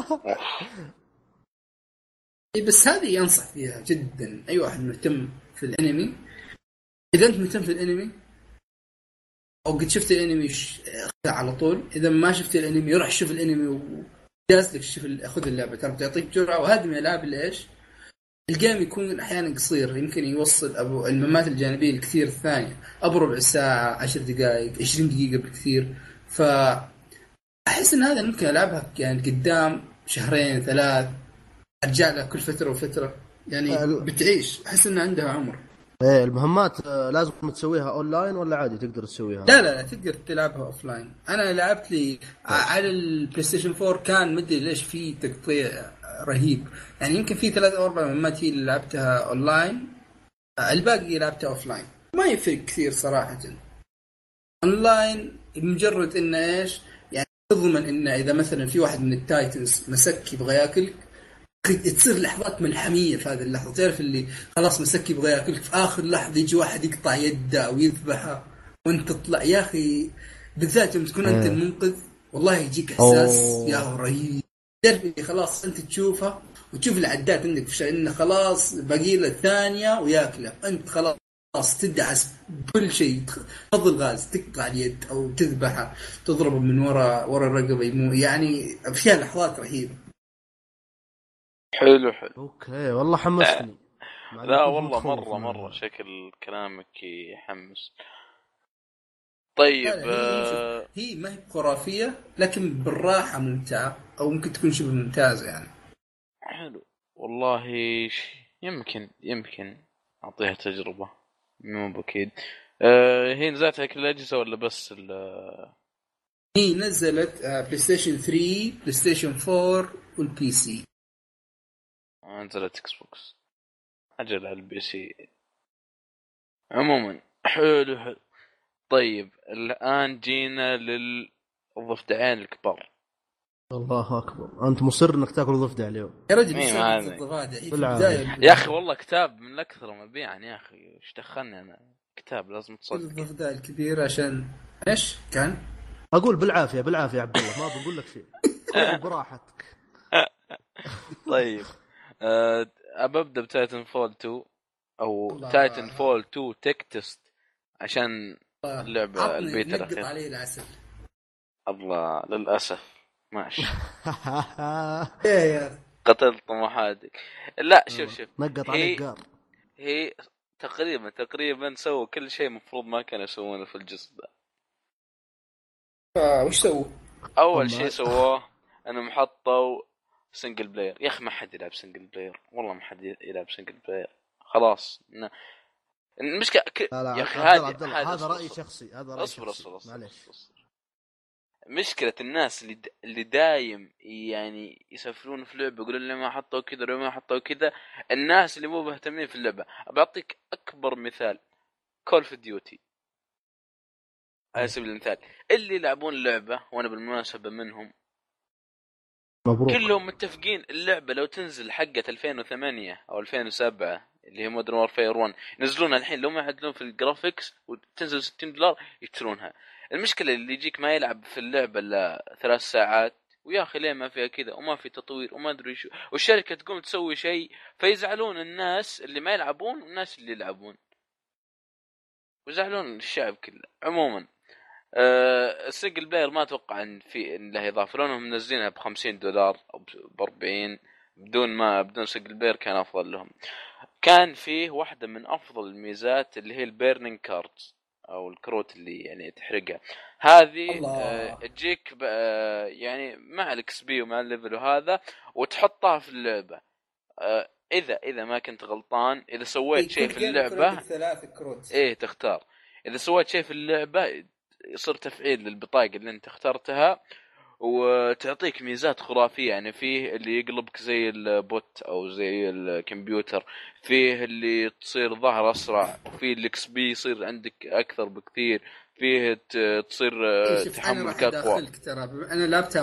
بس هذه أنصح فيها جدا أي واحد مهتم في الأنمي. إذا أنت مهتم في الأنمي او قد شفت الانمي على طول، اذا ما شفت الانمي روح شوف الانمي وجالس لك شوف خذ اللعبه، ترى بتعطيك جرعه. وهذه من الالعاب اللي ايش، الجيم يكون احيانا قصير، يمكن يوصل ابو المهمات الجانبيه الكثير الثانيه ابو ربع ساعه 10 دقائق 20 دقيقه بالكثير. فاحس ان هذا ممكن العبها يعني قدام شهرين ثلاث، ارجع لها كل فتره وفتره يعني بتعيش، احس ان عندها عمر. ايه المهمات لازم تسويها اونلاين ولا عادي تقدر تسويها؟ لا تقدر تلعبها اوفلاين. انا لعبت لي على البلاي ستيشن 4 كان مدري ليش في تقطيع رهيب، يعني يمكن في 3 أو 4 مهمات هي اللي لعبتها اونلاين، الباقي لعبتها اوفلاين. ما يفرق كثير صراحه. اونلاين مجرد انه ايش يعني تضمن ان اذا مثلا في واحد من التايتنز مسك يبغى ياكلك، تصير لحظات ملحميه في هذه اللحظه، تعرف اللي خلاص مسك يبغى ياكلك، في اخر لحظه يجي واحد يقطع يده او يذبحه وانت تطلع. يا اخي بالذات يوم تكون انت المنقذ، والله يجيك احساس يا رهيب. تعرف اللي خلاص انت تشوفها وتشوف العداد عندك في شيء انه خلاص باقي له ثانيه وياكله، انت خلاص تدعس كل شيء، تفض الغاز، تقطع اليد او تذبحه، تضربه من ورا الرقبه يموت، يعني فيها لحظات رهيبه. حلو اوكي والله حمستني. لا والله مرة شكل كلامك يحمس. طيب هي ما هي خرافية لكن بالراحة ممتعة، او ممكن تكون شبه ممتازة يعني. حلو والله. يمكن اعطيها تجربة، مو بأكيد. هي نزلت على كل الأجهزة ولا بس هي نزلت بلاي ستيشن 3 بلاي ستيشن 4 والبي سي. نزلت اكس بوكس، اجل على البي سي. عموما حلو. طيب الآن جينا للضفدعين الكبار. الله أكبر، أنت مصر إنك تأكل ضفدع اليوم يا رجل. يا أخي والله كتاب من الأكثر مبيعا يا أخي، إيش دخلني أنا كتاب لازم تصدق. الضفدع الكبير عشان إيش كان؟ أقول بالعافية يا عبد الله، ما بقول لك شيء. براحتك. طيب أبدأ بتايتن فول 2 أو تايتن فول 2 تك تيست عشان اللعبة البيتا الأخير. عليه العسل. الله للأسف ماشي. يا قتلت طموحاتك. لا شوف نقط عليك قار. هي تقريبا سووا كل شيء مفروض ما كانوا يسوونه في الجزء ده. وش سووا؟ أول شيء سووه أنهم حطوا سنجل بلاير. يا أخي ما حد يلعب سنجل بلاير، والله ما حد يلعب سنجل بلاير خلاص. المشكلة لا يا أخي هذا رأي شخصي، هذا رأي أصبر. معليش. مشكلة الناس اللي دايم يعني يسافرون في لعبة يقولون لي ما حطوا كذا لو ما حطوا كذا، الناس اللي مو مهتمين في اللعبة. بعطيك أكبر مثال، كول اوف ديوتي على سبيل المثال. اللي يلعبون اللعبة وأنا بالمناسبة منهم، مبروك. كلهم متفقين اللعبة لو تنزل حقة 2008 أو 2007 اللي هي مودرن وارفير 1 ينزلونها الحين، لو ما يعدلون في الجرافيكس وتنزل $60 يشترونها. المشكلة اللي يجيك ما يلعب في اللعبة إلا 3 ساعات، ويا أخي ليه ما فيها كذا وما في تطوير وما أدري شو، والشركة تقوم تسوي شيء فيزعلون الناس اللي ما يلعبون والناس اللي يلعبون، ويزعلون الشعب كله. عموما السنجل بلاير ما اتوقع ان في له اضافه، لانهم منزلينها $50 او ب40 بدون سنجل بلاير كان افضل لهم. كان فيه واحده من افضل الميزات اللي هي البيرنينج كاردز او الكروت اللي يعني تحرقها. هذه الله. تجيك يعني مع الاكس بي ومع الليفل وهذا، وتحطها في اللعبه. اذا ما كنت غلطان، اذا سويت شيء كل في جيم يكون عندك اللعبه 3 كروت. ايه تختار، اذا سويت شيء في اللعبه يصير تفعيل للبطاقه اللي انت اخترتها، وتعطيك ميزات خرافيه. يعني فيه اللي يقلبك زي البوت او زي الكمبيوتر، فيه اللي تصير ظهر اسرع، وفيه الاكس بي يصير عندك اكثر بكثير، فيه تصير إيه شوف، انا راح تحملك اقوى. اداخلك ترى، انا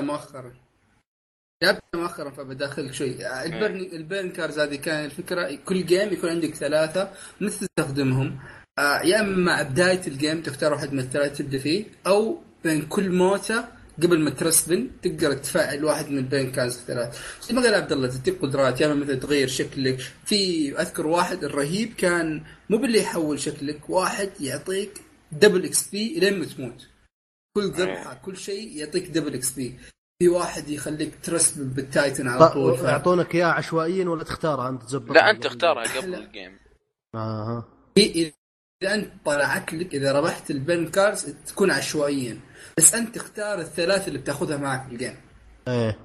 لعبتها مؤخرا فبداخلك شوي. ايه البيرن كارز هذه كان الفكره كل جيم يكون عندك 3 مثل تستخدمهم. يا اما مع بدايه الجيم تختار واحد من ال3 تبدا فيه، او بين كل موته قبل ما ترسبن تقدر تفعل واحد من البين كارز الثلاث. زي ما قال عبد الله تديك قدرات، يا اما مثل تغير شكلك. في اذكر واحد الرهيب كان مو باللي يحول شكلك، واحد يعطيك دبل اكس بي لين ما تموت. كل ذبحه ايه كل شيء يعطيك دبل اكس بي. في واحد يخليك ترسب بالتايتن على طول يعطونك اياه عشوائيا ولا تختارها انت تزبطها لا انت قبل الجيم؟ تختارها قبل لا. الجيم. اها. اذا انت طلعت لك، اذا ربحت البن كارز تكون عشوائيا، بس انت تختار ال3 اللي بتاخذها معك في الجيم. ايه.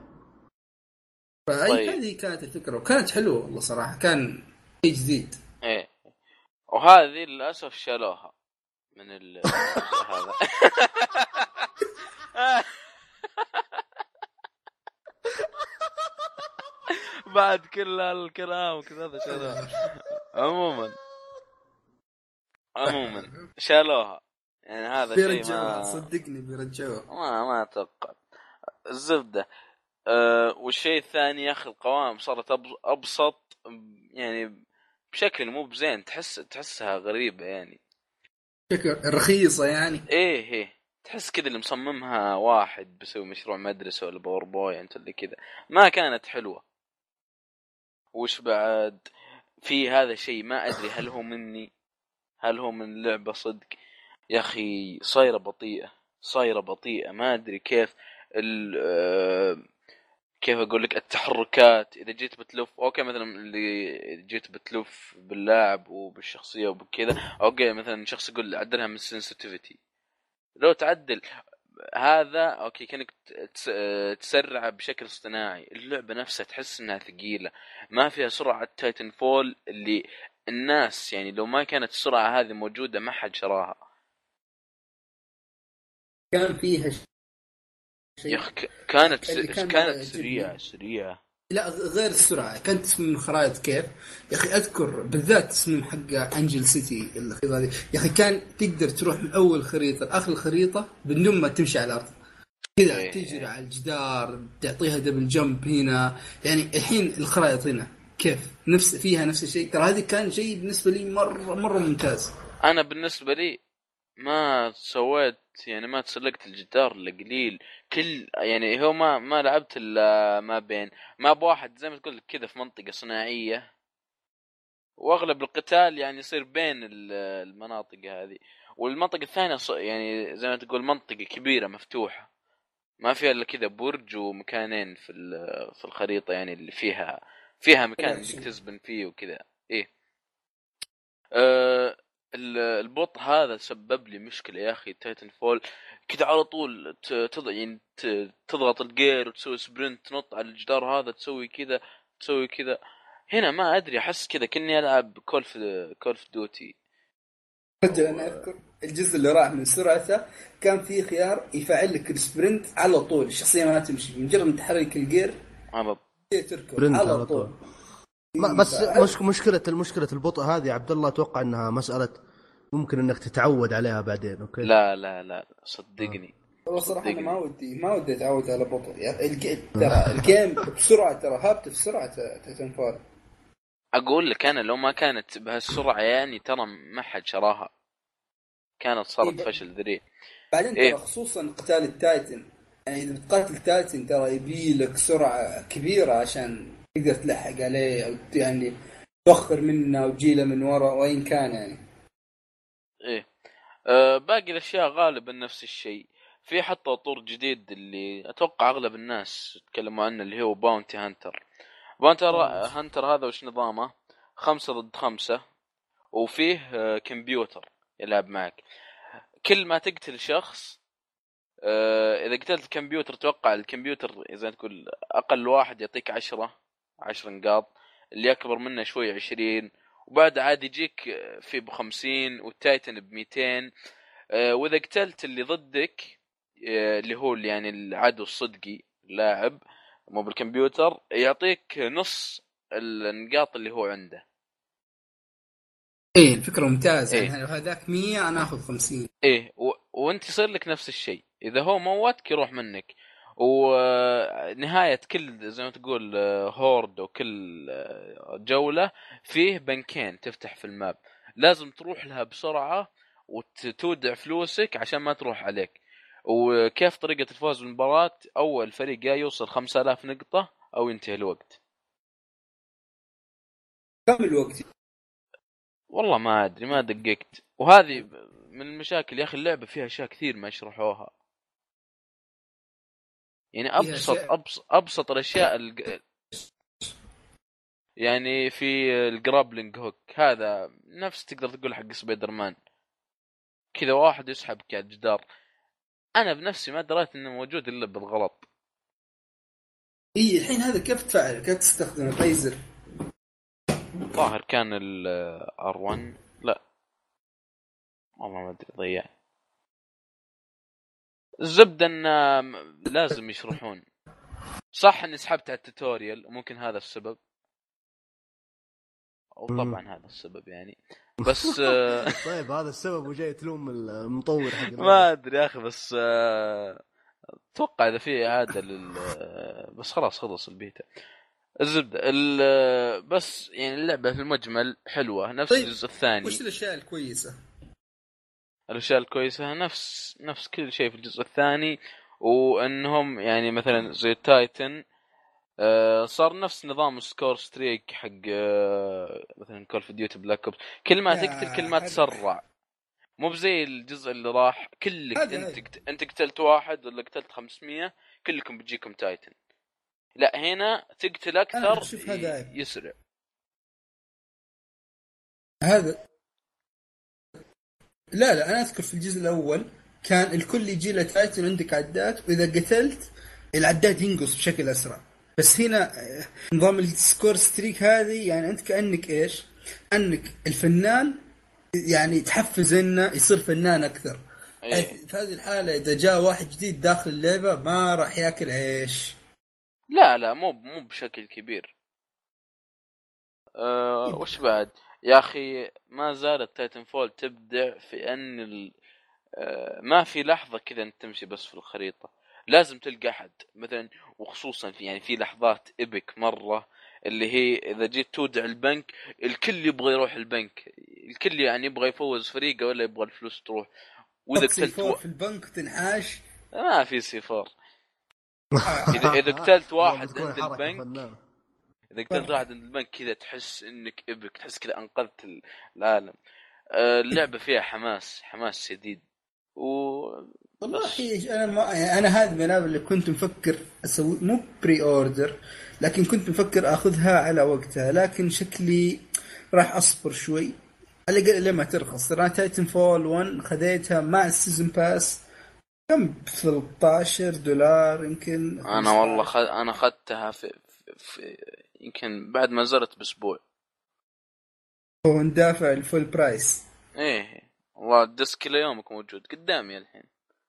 فاي طيب هذه كانت الفكره، وكانت حلوه والله صراحه، كان شيء جديد. ايه، وهذه للاسف شالوها من الجزء هذا. بعد كل الكلام وكذا هذا شالوها. عموما شالوها، يعني هذا شيء بيرجعوها ما صدقني، بيرجعوها. ما اتوقع. الزبده والشيء الثاني يا اخي القوائم صارت ابسط، يعني بشكل مو بزين، تحسها غريبه يعني. فكرة رخيصه يعني. ايه تحس كذا اللي مصممها واحد بيسوي مشروع مدرسه ولا باوربوينت اللي كذا، ما كانت حلوه. وش بعد في هذا الشيء ما ادري هل هو مني، هل هو من اللعبه صدق. يا اخي صايره بطيئه ما ادري كيف. كيف اقول لك، التحركات اذا جيت بتلف اوكي، مثلا اللي جيت بتلف باللاعب وبالشخصيه وبكذا اوكي، مثلا شخص يقول عدلها من السنسيتيفيتي، لو تعدل هذا اوكي كانك تسرع بشكل اصطناعي. اللعبه نفسها تحس انها ثقيله، ما فيها سرعه تايتن فول اللي الناس يعني لو ما كانت السرعه هذه موجوده ما حد شراها. كان فيها يا شيء اخي كانت اللي كان مره كانت يعجبني. سريعه. لا غير السرعة، كان تصميم الخرائط كيف. يا أخي أذكر بالذات تصميم حق أنجل سيتي الخريطة هذه، يا أخي كان تقدر تروح من أول خريطة لآخر الخريطة بدون ما تمشي على الأرض، كذا تجري ايه على الجدار تعطيها دبل جمب هنا. يعني الحين الخرائط هنا كيف فيها نفس الشيء. ترى هذه كان شيء بالنسبة لي مرة ممتاز. انا بالنسبه لي ما سويت يعني ما تسلقت الجدار الا قليل. كل يعني هو ما لعبت الا ما بين ما بواحد زي ما تقول كذا في منطقة صناعية، واغلب القتال يعني يصير بين المناطق هذه. والمنطقة الثانية يعني زي ما تقول منطقة كبيرة مفتوحة، ما فيها الا كذا برج ومكانين في الخريطة، يعني اللي فيها مكان انك الأكشن. تزبن فيه وكذا. ايه أه البوط هذا سبب لي مشكلة يا أخي. تايتن فول كذا على طول يعني تضغط الجير وتسوي سبرنت تنط على الجدار هذا تسوي كذا. هنا ما أدري أحس كذا كني ألعب كولف دوتي. رجل انا اذكر الجزء اللي راح من سرعته كان فيه خيار يفعل لك السبرنت على طول، الشخصيه ما تمشي مجرد ما تحرك الجير على تركض برنت على على طول. طول. ما بس مشكلة البطء هذه يا عبد الله، اتوقع انها مسألة ممكن انك تتعود عليها بعدين. اوكي لا لا لا صدقني. والله صراحه انا صدقني. ما ودي اتعود على بطء ترى الجيم بسرعه، ترى هابط بسرعه تنفال. اقول لك انا لو ما كانت بهالسرعه يعني ترى ما حد شراها، كانت صارت فشل ذريع. بعدين إيه؟ ترى خصوصا قتال التايتن، يعني اذا بتقاتل تايتن ترى يبي لك سرعه كبيره عشان تقدر تلحق عليه، او يعني توخر منه وتجيله من ورا وين كان يعني. ايه باقي الاشياء غالبا نفس الشيء. في حتى طور جديد اللي اتوقع اغلب الناس تكلموا عنه اللي هو باونتي هانتر. باونتي هانتر هذا وش نظامه؟ 5 ضد 5، وفيه كمبيوتر يلعب معك. كل ما تقتل شخص، اذا قتلت الكمبيوتر توقع الكمبيوتر اذا تقول اقل واحد يعطيك 10 نقاط، اللي اكبر منه شوي 20، وبعد عادي يجيك في ب50 والتايتن ب200. واذا قتلت اللي ضدك اللي هو يعني العدو الصدقي لاعب مو بالكمبيوتر، يعطيك نص النقاط اللي هو عنده. ايه الفكره ممتازه، ايه يعني لو هذاك 100 انا اخذ 50. ايه وانت يصير لك نفس الشيء اذا هو موتك يروح منك. ونهاية كل زي ما تقول هورد وكل جولة فيه بنكين تفتح في الماب، لازم تروح لها بسرعة وتودع فلوسك عشان ما تروح عليك. وكيف طريقة الفوز بالمباراة؟ أول فريق يا يوصل 5000 نقطة أو ينتهي الوقت. كم الوقت؟ والله ما أدري ما دققت. وهذه من المشاكل يا أخي، اللعبة فيها أشياء كثير ما يشرحوها، يعني ابسط الاشياء يعني في الجرابلينج هوك هذا نفس تقدر تقول حق سبايدر مان، كذا واحد يسحبك على الجدار. انا بنفسي ما دريت انه موجود الا بالغلط. ايه الحين هذا كيف تفعل؟ كيف تستخدم الريزر؟ ظاهر كان R1، لا والله ما ادري ضيع. الزبده ان لازم يشرحون. صح اني سحبت على التوتوريال وممكن هذا السبب، او طبعا هذا السبب يعني، بس طيب هذا السبب وجاي تلوم المطور حق ما ادري يا اخي، بس اتوقع اذا في اعاده بس خلاص خلص البيتا. الزبده بس يعني اللعبه في المجمل حلوه نفس طيب. الجزء الثاني. وش الاشياء الكويسه؟ الاشياء الكويسه نفس كل شيء في الجزء الثاني. وانهم يعني مثلا زي التايتن صار نفس نظام سكور ستريك حق مثلا كول اوف ديوتي بلاك اوبس، كل ما تقتل كل ما تسرع، مو بزي الجزء اللي راح كلك انت قتلت واحد ولا قتلت 500 كلكم بتجيكم تايتن. لا هنا تقتل اكثر يسرع. هذا لا انا اذكر في الجزء الاول كان الكل يجي له تايتن عندك عداد، واذا قتلت العداد ينقص بشكل اسرع. بس هنا نظام السكور ستريك هذه يعني انت كانك ايش؟ انك الفنان يعني تحفز انه يصير فنان اكثر. أيه. في هذه الحاله اذا جاء واحد جديد داخل اللعبه ما راح ياكل عيش. لا مو بشكل كبير. وش بعد يا اخي؟ ما زالت تايتن فول تبدع في ان ما في لحظه كذا انت تمشي بس في الخريطه، لازم تلقى احد مثلا. وخصوصا في يعني في لحظات ابك مره، اللي هي اذا جيت تودع البنك الكل يبغى يروح البنك، الكل يعني يبغى يفوز فريقه ولا يبغى الفلوس تروح. واذا قتلت في البنك تنحاش. ما في سيفور. اذا قتلت واحد عند البنك، اذا قتلت واحد عند البنك كذا تحس انك ابك، تحس كذا انقذت العالم. اللعبه فيها حماس شديد. والله انا هذه من اللي كنت مفكر اسوي مو بري اوردر، لكن كنت مفكر اخذها على وقتها، لكن شكلي راح اصبر شوي على لما ترخص. ترى تايتن فول 1 خذيتها مع السيزون باس كم ب $13 يمكن. انا والله انا اخذتها في يمكن بعد ما زرت باسبوع. هو ندافع الفول برايس. ايه والله الديسك ليومك موجود قدامي الحين.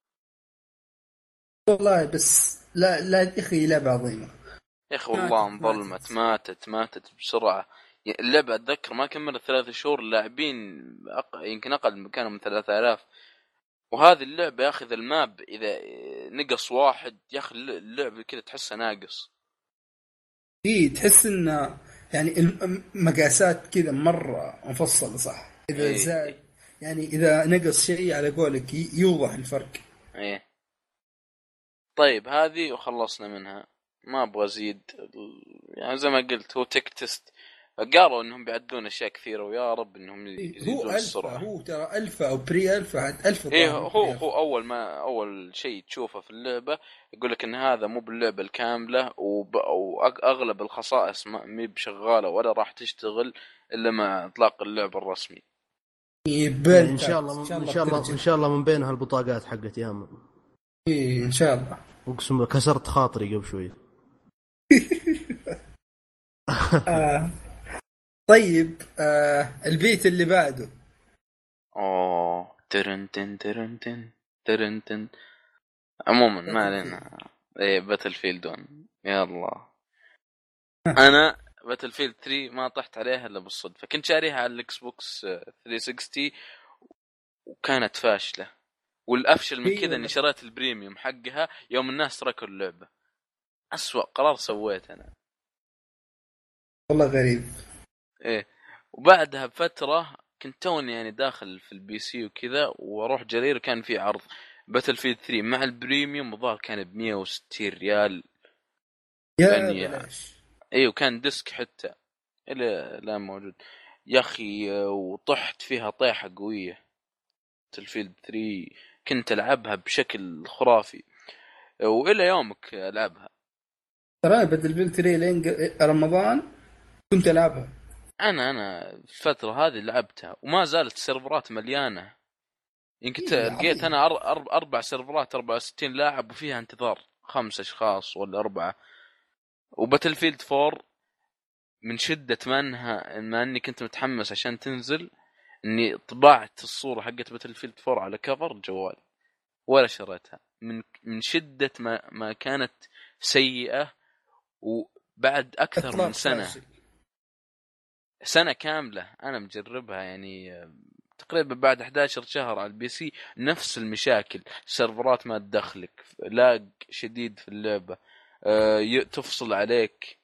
والله بس لا لا يا اخي، لعبه عظيمه. يا اخي والله انظلمت، ماتت بسرعة. اللعبة اتذكر ما كملت 3 شهور، اللاعبين يمكن اقل، كانوا من 3000. وهذه اللعبة ياخذ الماب اذا نقص واحد يا اخي اللعبة كذا تحسها ناقص. ايه تحس ان يعني المقاسات كذا مره مفصله صح، اذا ايه زاد يعني اذا نقص شيء على قولك يوضح الفرق. ايه. طيب هذه وخلصنا منها، ما ابغى ازيد. يعني زي ما قلت هو تك تيست، قالوا انهم بيعدلون اشياء كثيره، ويا رب انهم هو يزيدون الفا، السرعه. هو ترى الفا او بري الفا، الفا ايه ظاهر مو هو بري الفا. هو اول شيء تشوفه في اللعبه يقول لك ان هذا مو باللعبه الكامله، واغلب الخصائص ما بشغاله ولا راح تشتغل الا مع اطلاق اللعبه الرسمي. يعني ان بيرتا شاء ان شاء الله، ان الله شاء الله، ان بترجع. شاء الله من بينها البطاقات حقت ياما. ايه ان شاء الله. اقسم بالله كسرت خاطري قبل شوي. آه. طيب البيت اللي بعده. اوه ترنتن ترنتن ترنتن. عموما ما باتل فيلد. علينا. ايه باتل فيلد 1 يا الله. انا باتل فيلد 3 ما طحت عليها الا بالصدفه، كنت شاريها على الاكس بوكس 360 وكانت فاشله. والافشل من هي كذا اني والله. شريت البريميوم حقها يوم الناس تركوا اللعبه. اسوأ قرار سويته انا. والله غريب. ايه. وبعدها بفتره كنت توني يعني داخل في البي سي وكذا، واروح جرير كان في عرض باتل فيلد 3 مع البريميوم، وظهر كان ب 160 ريال. يا يعني بلاش. ايه، وكان ديسك حتى الى لا موجود يا اخي. وطحت فيها طيحه قويه. تلفيلد 3 كنت العبها بشكل خرافي، والى يومك العبها. ترى باتل فيلد 3 لين رمضان كنت العبها. انا الفتره هذه لعبتها وما زالت السيرفرات مليانه. يمكن ايه لقيت عظيم. انا 4 سيرفرات 64 لاعب وفيها انتظار 5 اشخاص ولا 4. وباتل فيلد 4 من شده ما اني كنت متحمس عشان تنزل، اني طبعت الصوره حقت باتل فيلد 4 على كفر جوال ولا شريتها من شده ما كانت سيئه. وبعد اكثر من اطلاق فاشل. سنه كامله انا مجربها يعني. تقريبا بعد 11 شهر على البي سي نفس المشاكل، سيرفرات ما تدخلك، لاج شديد في اللعبه، تفصل عليك،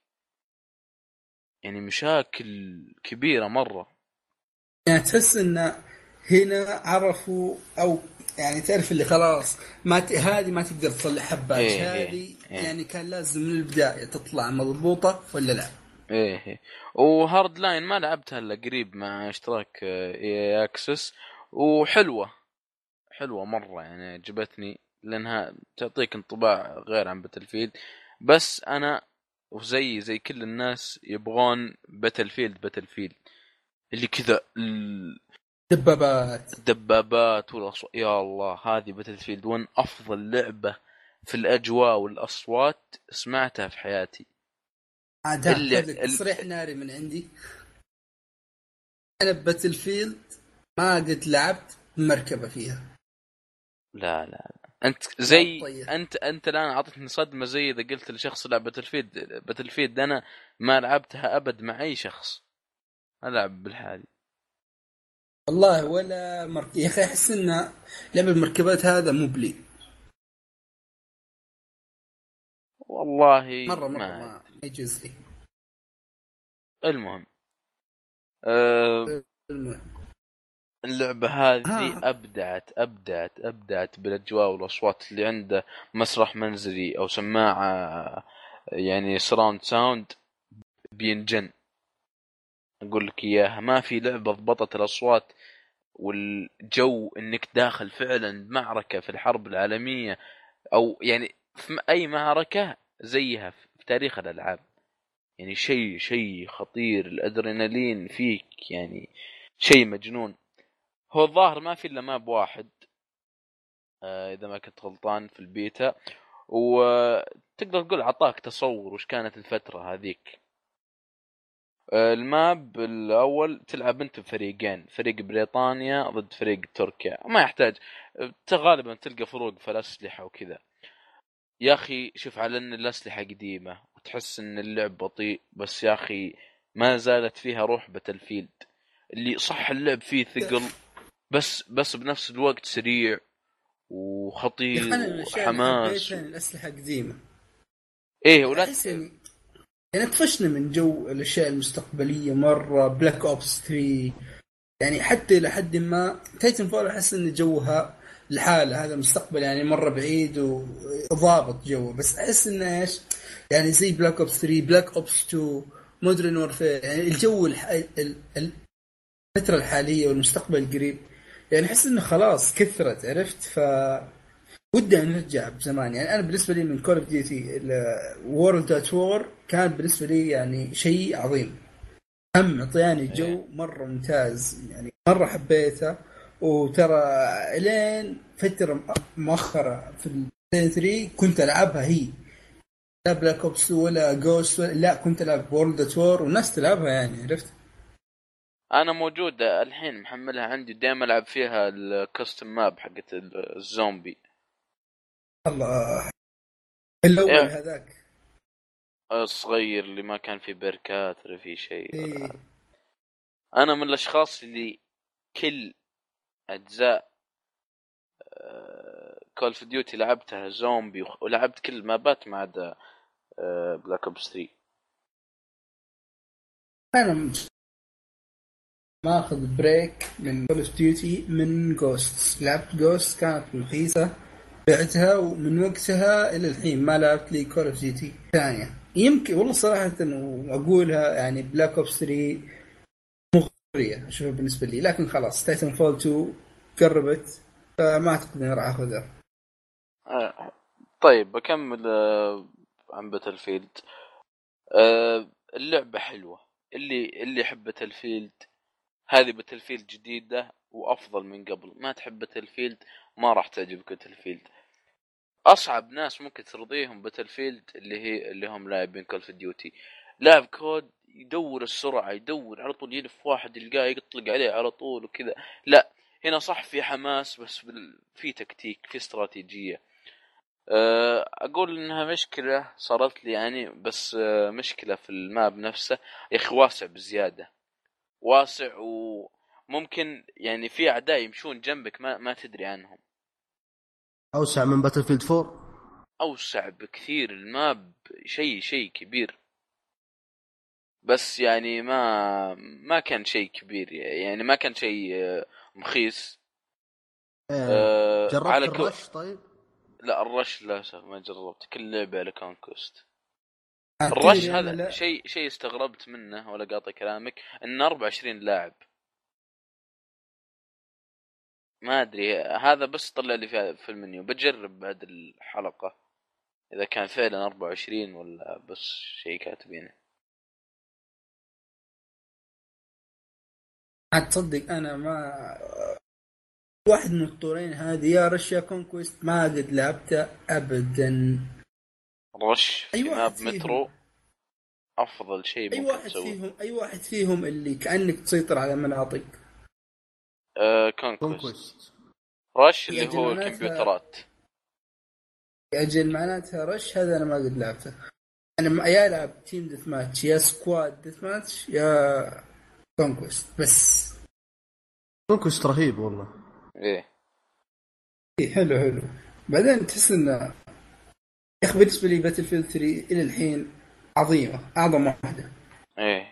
يعني مشاكل كبيره مره. يعني تحس ان هنا عرفوا او يعني تعرف اللي خلاص ما هذه ما تقدر تصلحها بباش، ايه ايه هذه ايه يعني كان لازم من البداية تطلع مضبوطة ولا لا. ايه ايه. وهارد لاين ما لعبتها الا قريب مع اشتراك اي اكسس، وحلوه، حلوه مره يعني عجبتني لانها تعطيك انطباع غير عن باتل. بس انا وزي كل الناس يبغون باتل فيلد اللي كذا دبابات. الدبابات والاصوات. يا الله هذه باتل فيلد 1 افضل لعبه في الاجواء والاصوات سمعتها في حياتي. عاد اللي خذ لك تصريح ناري من عندي. انا باتل فيلد ما قد لعبت مركبة فيها. لا انت لا زي تطير. انت الان اعطتني صدمه زي اذا قلت لشخص لعب باتل فيلد انا ما لعبتها ابد مع اي شخص، العب بالحالي. والله ولا يا اخي احس ان لعب المركبات هذا مو بلي. والله مرة ما ما ادري. يجوز لي. المهم أه المهم. اللعبة هذه ها. أبدعت بالأجواء والأصوات اللي عنده. مسرح منزلي أو سماعة يعني سراوند ساوند بينجن. أقول لك إياها، ما في لعبة ضبطت الأصوات والجو إنك داخل فعلا معركة في الحرب العالمية، أو يعني في أي معركة زيها في تاريخ الألعاب. يعني شيء خطير، الأدرينالين فيك يعني شيء مجنون. هو الظاهر ما في إلا ماب واحد اذا ما كنت غلطان في البيتا، وتقدر تقول عطاك تصور وش كانت الفترة هذيك. الماب الاول تلعب انت بفريقين، فريق بريطانيا ضد فريق تركيا، ما يحتاج غالبا تلقى فروق في الاسلحه وكذا. يا اخي شوف، على ان الاسلحه قديمه وتحس ان اللعب بطيء، بس يا اخي ما زالت فيها روح باتلفيلد، اللي صح اللعب فيه ثقل، بس بنفس الوقت سريع يا اخي وخطير انا من الاشياء اللي وحماس حبيتها ان الاسلحه قديمه. ايه ولا احس يعني طفشنا من جو الاشياء المستقبليه مره. بلاك اوبس 3 يعني حتى لحد ما تايتن فول احس ان جوها لحاله، هذا مستقبل يعني مره بعيد وضابط جوه، بس احس انه ايش يعني زي بلاك اوبس 3 بلاك اوبس 2 مودرن وورفير، يعني الجو الفتره الحاليه والمستقبل القريب يعني احس انه خلاص كثرت، عرفت؟ ف ودي ان نرجع بزمان. يعني انا بالنسبه لي من كول اوف ديوتي وورلد ات وور كان بالنسبه لي يعني شيء عظيم، هم اعطياني إيه. جو مره ممتاز، يعني مره حبيته. وترى الين فتره مؤخره في البلاي 3 كنت العبها هي، لا بلاك اوبس ولا جوست لا، كنت العب وورلد ات وور والناس تلعبها، يعني عرفت. انا موجودة الحين محملها عندي، دائما العب فيها الكاستم ماب حقت الزومبي. الله، الاول إيه، هذاك. الصغير اللي ما كان في بركات ولا في شيء. ايه انا من الاشخاص اللي كل اجزاء كول اوف ديوتي لعبتها زومبي، ولعبت كل مابات ما عدا بلاك اوبس 3. انا ماخذ بريك من كول اوف ديوتي من جوست. لعبت جوست كانت رخيصه، بعتها ومن وقتها الى الحين ما لعبت لي كول اوف ديوتي ثانيه. يمكن والله صراحه اقولها يعني بلاك اوبس 3 مغريه اشوفها بالنسبه لي، لكن خلاص تايتن فول 2 قربت، فما اعتقد اني راح اخذها. طيب بكمل عن باتل فيلد. اللعبة حلوة، اللي يحب باتل فيلد، هذه باتل فيلد جديدة وأفضل من قبل. ما تحب باتل فيلد ما راح تعجبك باتل فيلد. أصعب ناس ممكن ترضيهم باتل فيلد اللي هم لاعبين كول اوف ديوتي. لاعب كود يدور السرعة، يدور على طول، يلف واحد يلقاه يطلق عليه على طول وكذا. لا، هنا صح في حماس، بس في تكتيك، في استراتيجية. اقول انها مشكلة صارت لي يعني، بس مشكلة في الماب نفسه. يا اخي واسع بزيادة، واسع، وممكن يعني في اعداء يمشون جنبك ما تدري عنهم. اوسع من باتل فيلد 4. اوسع بكثير الماب، شيء كبير. بس يعني ما كان شيء كبير، يعني ما كان شيء مخيس. جربت الرش طيب؟ لا الرش للاسف ما جربت، كل لعبة على كونكوست. الرش تدري انا هذا لا. شيء استغربت منه، ولا قاطع كلامك، ان 24 لاعب. ما ادري، هذا بس طلع لي في المنيو. بجرب بعد الحلقة اذا كان فعلا 24 ولا بس شيء كاتبينه. هتصدق انا ما واحد من الطورين هذه يا رشيا كونكويست ما قد لعبته ابدا. رش اي في واحد ماب فيهم، مترو افضل شيء اي ممكن واحد تسويه. فيهم، اي واحد فيهم اللي كأنك تسيطر على مناطق. كونكوست. كونكويست. رش يا اللي اجل هو معناتها، الكمبيوترات. يا اجل معناتها رش هذا انا ما قد لعبته. انا يا العب تيم ديث ماتش يا سكواد ديث ماتش يا كونكويست بس. كونكويست رهيب والله. ايه. إيه حلو حلو. بعدين تحس انه يا اخي بالنسبه لي باتل فيلد 3 الى الحين عظيمه، اعظم واحده. ايه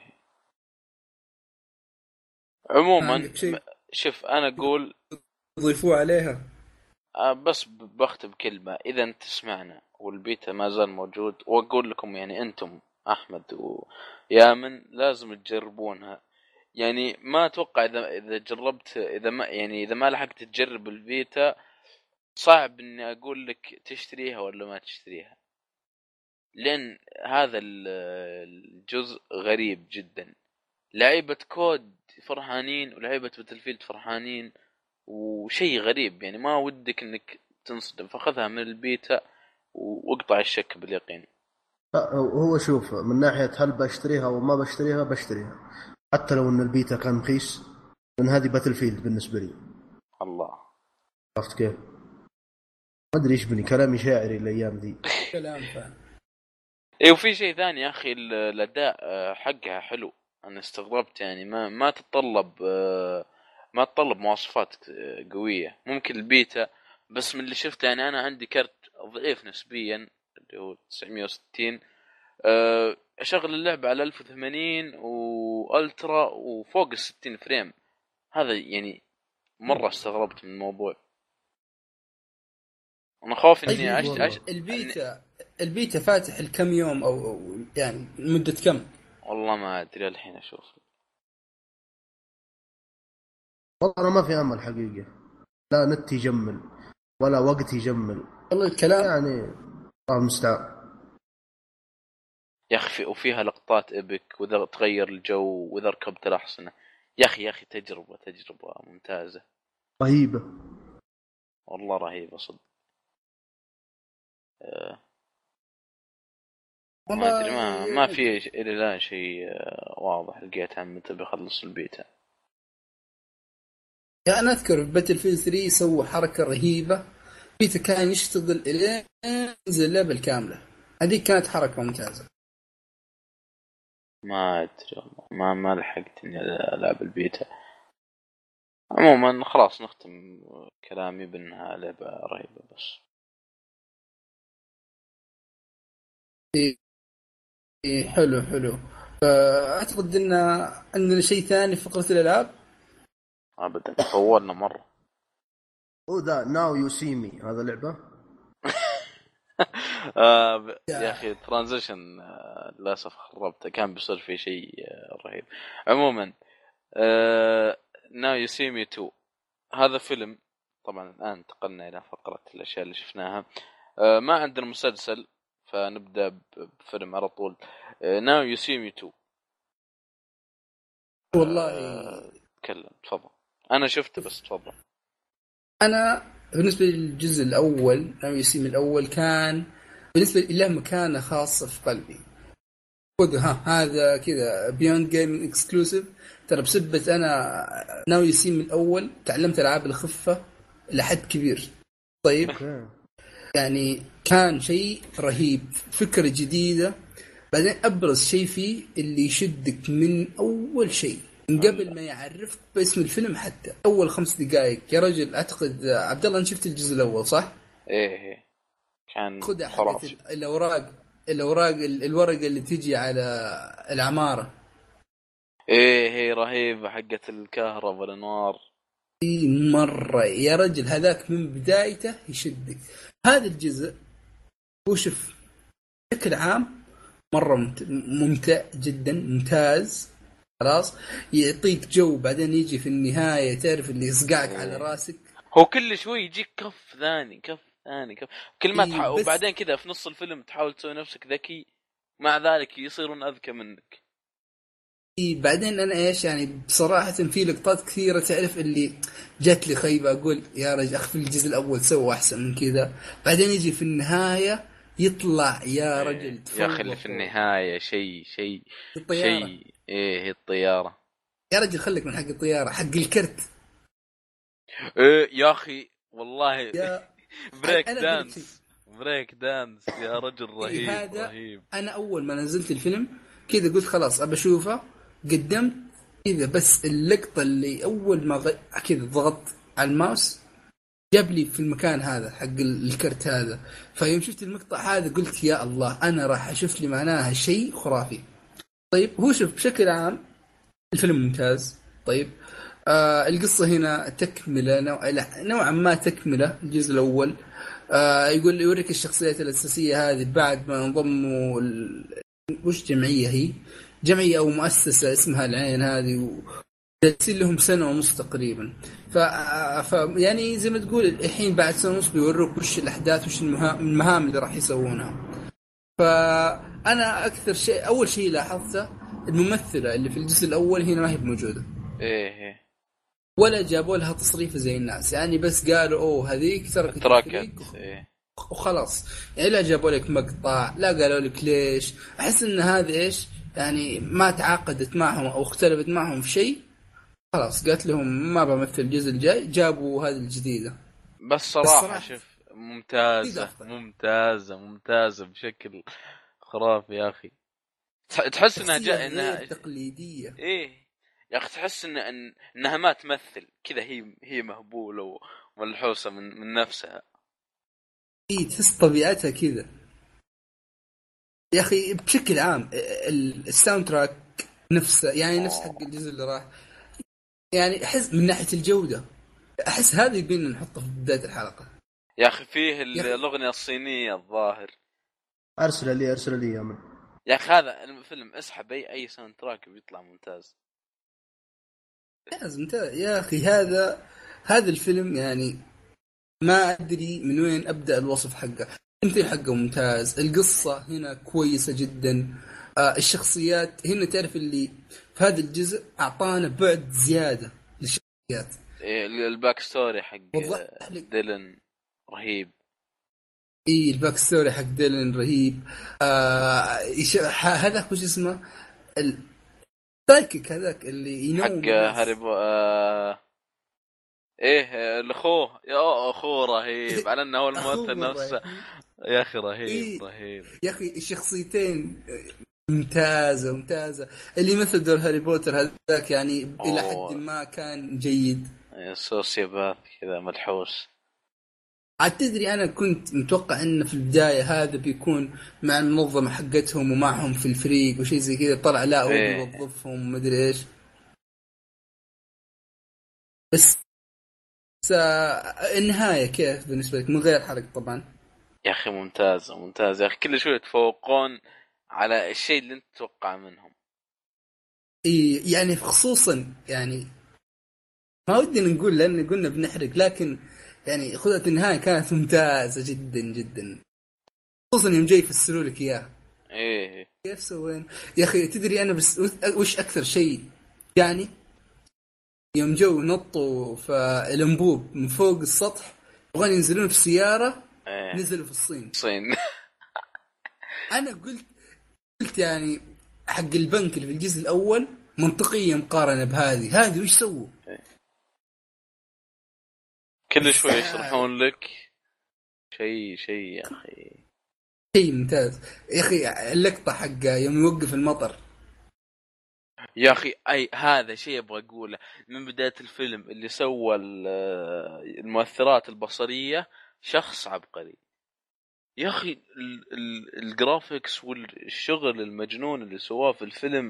ما عموما عندك شيء شوف انا اقول تضيفوه عليها؟ بس بختم بكلمة. إذا أنت تسمعنا والبيتا ما زال موجود، وأقول لكم يعني أنتم أحمد ويامن لازم تجربونها. يعني ما أتوقع إذا جربت، إذا ما يعني إذا ما لحقت تجرب البيتا، صعب إني أقول لك تشتريها ولا ما تشتريها، لأن هذا الجزء غريب جدا. لعيبة كود فرحانين ولعيبة باتلفيلد فرحانين، وشيء غريب يعني، ما ودك انك تنصدم. فاخذها من البيتا واقطع الشك باليقين. هو شوف، من ناحية هل بشتريها أو ما بشتريها، بشتريها حتى لو إن البيتا كان رخيص، لأن هذه باتل فيلد بالنسبة لي. الله. عرفت كيف؟ ما أدري إيش بني كلامي شاعري الأيام ذي. كلام فاهم. ايه وفي شيء ثاني يا اخي، الاداء حقها حلو. انا استغربت يعني ما تتطلب ما تتطلب مواصفات قوية. ممكن البيتا بس من اللي شفته، يعني انا عندي كرت ضعيف نسبيا اللي هو 960. اشغل اللعبة على 1080 والترا وفوق 60 فريم. هذا يعني مرة استغربت من الموضوع. انا خاف اني طيب البيتا فاتح الكم يوم او يعني مدة كم؟ والله ما ادري الحين اشوف. والله أنا ما في أمل حقيقة، لا نت يجمل ولا وقت يجمل والله الكلام يعني. الله المستعان. يا اخي وفيها لقطات ابك، واذا تغير الجو واذا ركبت الاحصنه. يا اخي تجربه ممتازه. رهيبة. والله رهيبه صدق. ما ادري، ما في الى الان شيء واضح لقيت عن متى بيخلص البيتا. يا انا اذكر في باتل فيلد 3 سووا حركة رهيبة، بيتا كان يشتغل الين ينزل اللعبة الكاملة. هذه كانت حركة ممتازة. ما ادري والله، ما لحقت اني العب البيتا. عموما خلاص نختم كلامي بانها لعبه رهيبه بس. حلو. فاعتقد ان عندنا شيء ثاني في فقرة الالعاب. ابدا طولنا مره. ذا ناو يو سي مي، هذا لعبة. يا اخي ترانزيشن للاسف خربته، كان بيصير فيه شيء رهيب. عموما ناو يو سي مي 2 هذا فيلم. طبعا الان انتقلنا الى فقره الاشياء اللي شفناها. ما عندنا مسلسل فنبدا بفيلم على طول. ناو يو سي مي 2. والله تكلم تفضل. انا شفته بس تفضل. انا بالنسبه للجزء الاول او يسمى الاول كان بالنسبه له مكانه خاصه في قلبي. هذا كذا بيوند جيمنج اكسكلوسيف. ترى بسبة انا ناوي يسيم الاول تعلمت العاب الخفه لحد كبير. طيب يعني كان شيء رهيب، فكره جديده. بعدين ابرز شيء فيه اللي يشدك من اول شيء، من قبل ما يعرفك باسم الفيلم. حتى اول 5 دقائق يا رجل، اعتقد عبد الله انت شفت الجزء الاول صح؟ ايه كان خرافي. الاوراق الورقه اللي تجي على العماره. ايه رهيبه حقت الكهرباء والانوار. مره يا رجل، هذاك من بدايته يشدك. هذا الجزء وشوف بشكل عام مره ممتع جدا، ممتاز. خلاص يعطيك جو، بعدين يجي في النهايه تعرف اللي يصقعك على راسك. هو كل شوي يجيك كف ثاني كل ما وبعدين كذا في نص الفيلم تحاول تسوي نفسك ذكي، مع ذلك يصيرون اذكى منك. بعدين انا ايش يعني بصراحه في لقطات كثيره تعرف اللي جات لي خيبه، اقول يا رجل اخي في الجزء الاول سوى احسن من كذا. بعدين يجي في النهايه يطلع يا رجل يا اخي اللي في النهايه شيء ايه الطياره. يا رجل خليك من حق الطياره، حق الكرت. يا اخي والله يا بريك دانس يا رجل رهيب. رهيب. انا اول ما نزلت الفيلم كذا قلت خلاص ابى اشوفه، قدمت كذا بس اللقطه اللي اول ما كذا ضغطت على الماوس جاب لي في المكان هذا حق الكرت هذا. فيوم شفت المقطع هذا قلت يا الله انا راح اشوف لي معناها شيء خرافي. طيب هو شوف بشكل عام الفيلم ممتاز. طيب القصة هنا تكملة نوعا ما تكملة الجزء الأول. يقول يوريك الشخصيات الأساسية هذه بعد ما انضموا وش جمعية، هي جمعية أو مؤسسة اسمها العين هذه، وجالسين لهم سنة ونص تقريبا. يعني زي ما تقول الحين بعد سنة ونص بيوروك وش الأحداث وش المهام اللي راح يسوونها. فأنا أكثر شيء أول شيء لاحظته الممثلة اللي في الجزء الأول هنا ما هي موجودة. ايه ولا جابوا لها تصريف زي الناس، يعني بس قالوا اوه هذيك تركت. ايه وخلاص. يعني لا جابوا لك مقطع، لا قالوا لك ليش. احس ان هذا ايش يعني، ما تعاقدت معهم او اختلفت معهم في شيء، خلاص قالت لهم ما بمثل الجزء الجاي، جابوا هذه الجديدة. بس صراحة الصراحة شوف، اكيد ممتازة افضل. ممتازة ممتازة بشكل خرافي يا اخي. تحس انها شخصية جاء غير انها تقليدية. ايه يا اخي، تحس انها ما تمثل كذا، هي مهبولة وملحوسة من نفسها. اي تحس طبيعتها كذا. يا اخي بشكل عام الساوند تراك نفسه يعني نفس حق أوه. الجزء اللي راح. يعني احس من ناحية الجودة، احس هذا يبين نحطه في بداية الحلقة. يا اخي فيه يا اخي الاغنية الصينية الظاهر. ارسل لي يا من. يا اخي هذا الفيلم اسحب اي ساوند تراك بيطلع ممتاز. لازم يا اخي هذا الفيلم يعني ما ادري من وين ابدا الوصف حقه. التمثيل حقه ممتاز، القصة هنا كويسة جدا. الشخصيات هنا تعرف اللي في هذا الجزء اعطانا بعد زيادة للشخصيات. إيه الباك ستوري حق وضح لك. ديلن رهيب. اي الباك ستوري حق ديلن رهيب. هذاك وش اسمه، السايكيك هذاك اللي ينوم حق هاري الناس. بو... ايه الاخوه، يا اخوه رهيب على انه هو الممثل اخوه نفسه. رهيب. يا اخي رهيب اي رهيب. يا اخي الشخصيتين ممتازة ممتازة. اللي مثل دور هاري بوتر هذاك يعني الى حد اوه ما كان جيد. سوسيوباث كذا ملحوس. عاد تدري انا كنت متوقع انه في البداية هذا بيكون مع المنظمة حقتهم ومعهم في الفريق وشي زي كذا، طلع لا هو ايه بيوظفهم ومدري ايش. بس النهاية كيف بالنسبة لك من غير حرق طبعا؟ يا اخي ممتازه ممتازه يا اخي، كل شوي يتفوقون على الشيء اللي انت تتوقع منهم. إيه يعني خصوصا يعني ما ودنا نقول لأن قلنا بنحرق، لكن يعني خذت النهاية كانت ممتازة جدا جدا. خصوصا يوم جاي يفسروا لك إياه ايه كيف سوين. يا أخي تدري أنا بس وش أكثر شيء يعني يوم جو نطوا في الأنبوب من فوق السطح يبغون ينزلون في سيارة، ايه نزلوا في الصين. صين. أنا قلت يعني حق البنك اللي في الجزء الأول منطقية مقارنة بهذه وش سووا. كل شوي يشرحون لك شيء يا اخي. شيء ممتاز. يا أخي اللقطة حق يوم يوقف المطر. يا اخي اي هذا شيء ابغى اقوله من بدايه الفيلم، اللي سوى المؤثرات البصريه شخص عبقري. يا اخي الجرافيكس والشغل المجنون اللي سواه في الفيلم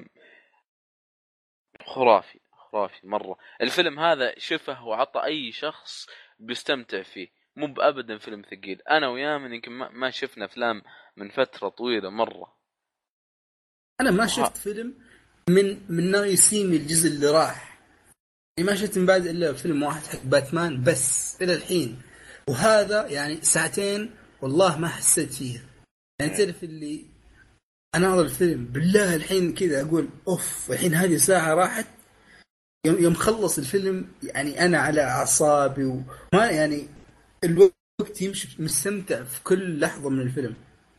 خرافي خرافي مره. الفيلم هذا شفه وعطى اي شخص بيستمتع فيه، مو بابدا فيلم ثقيل. انا ويا من يمكن ما شفنا افلام من فتره طويله مره. أنا ما وها شفت فيلم من ناو يسيمي الجزء اللي راح، يعني ما شفت من بعد إلا فيلم واحد حق باتمان بس إلى الحين، وهذا يعني ساعتين والله ما حسيت فيها. يعني تعرف اللي أنا أناظر الفيلم بالله الحين كذا أقول أوف الحين هذه ساعة راحت. يوم خلص الفيلم يعني أنا على أعصابي وما يعني الوقت يمشي مستمتع في كل لحظة من الفيلم.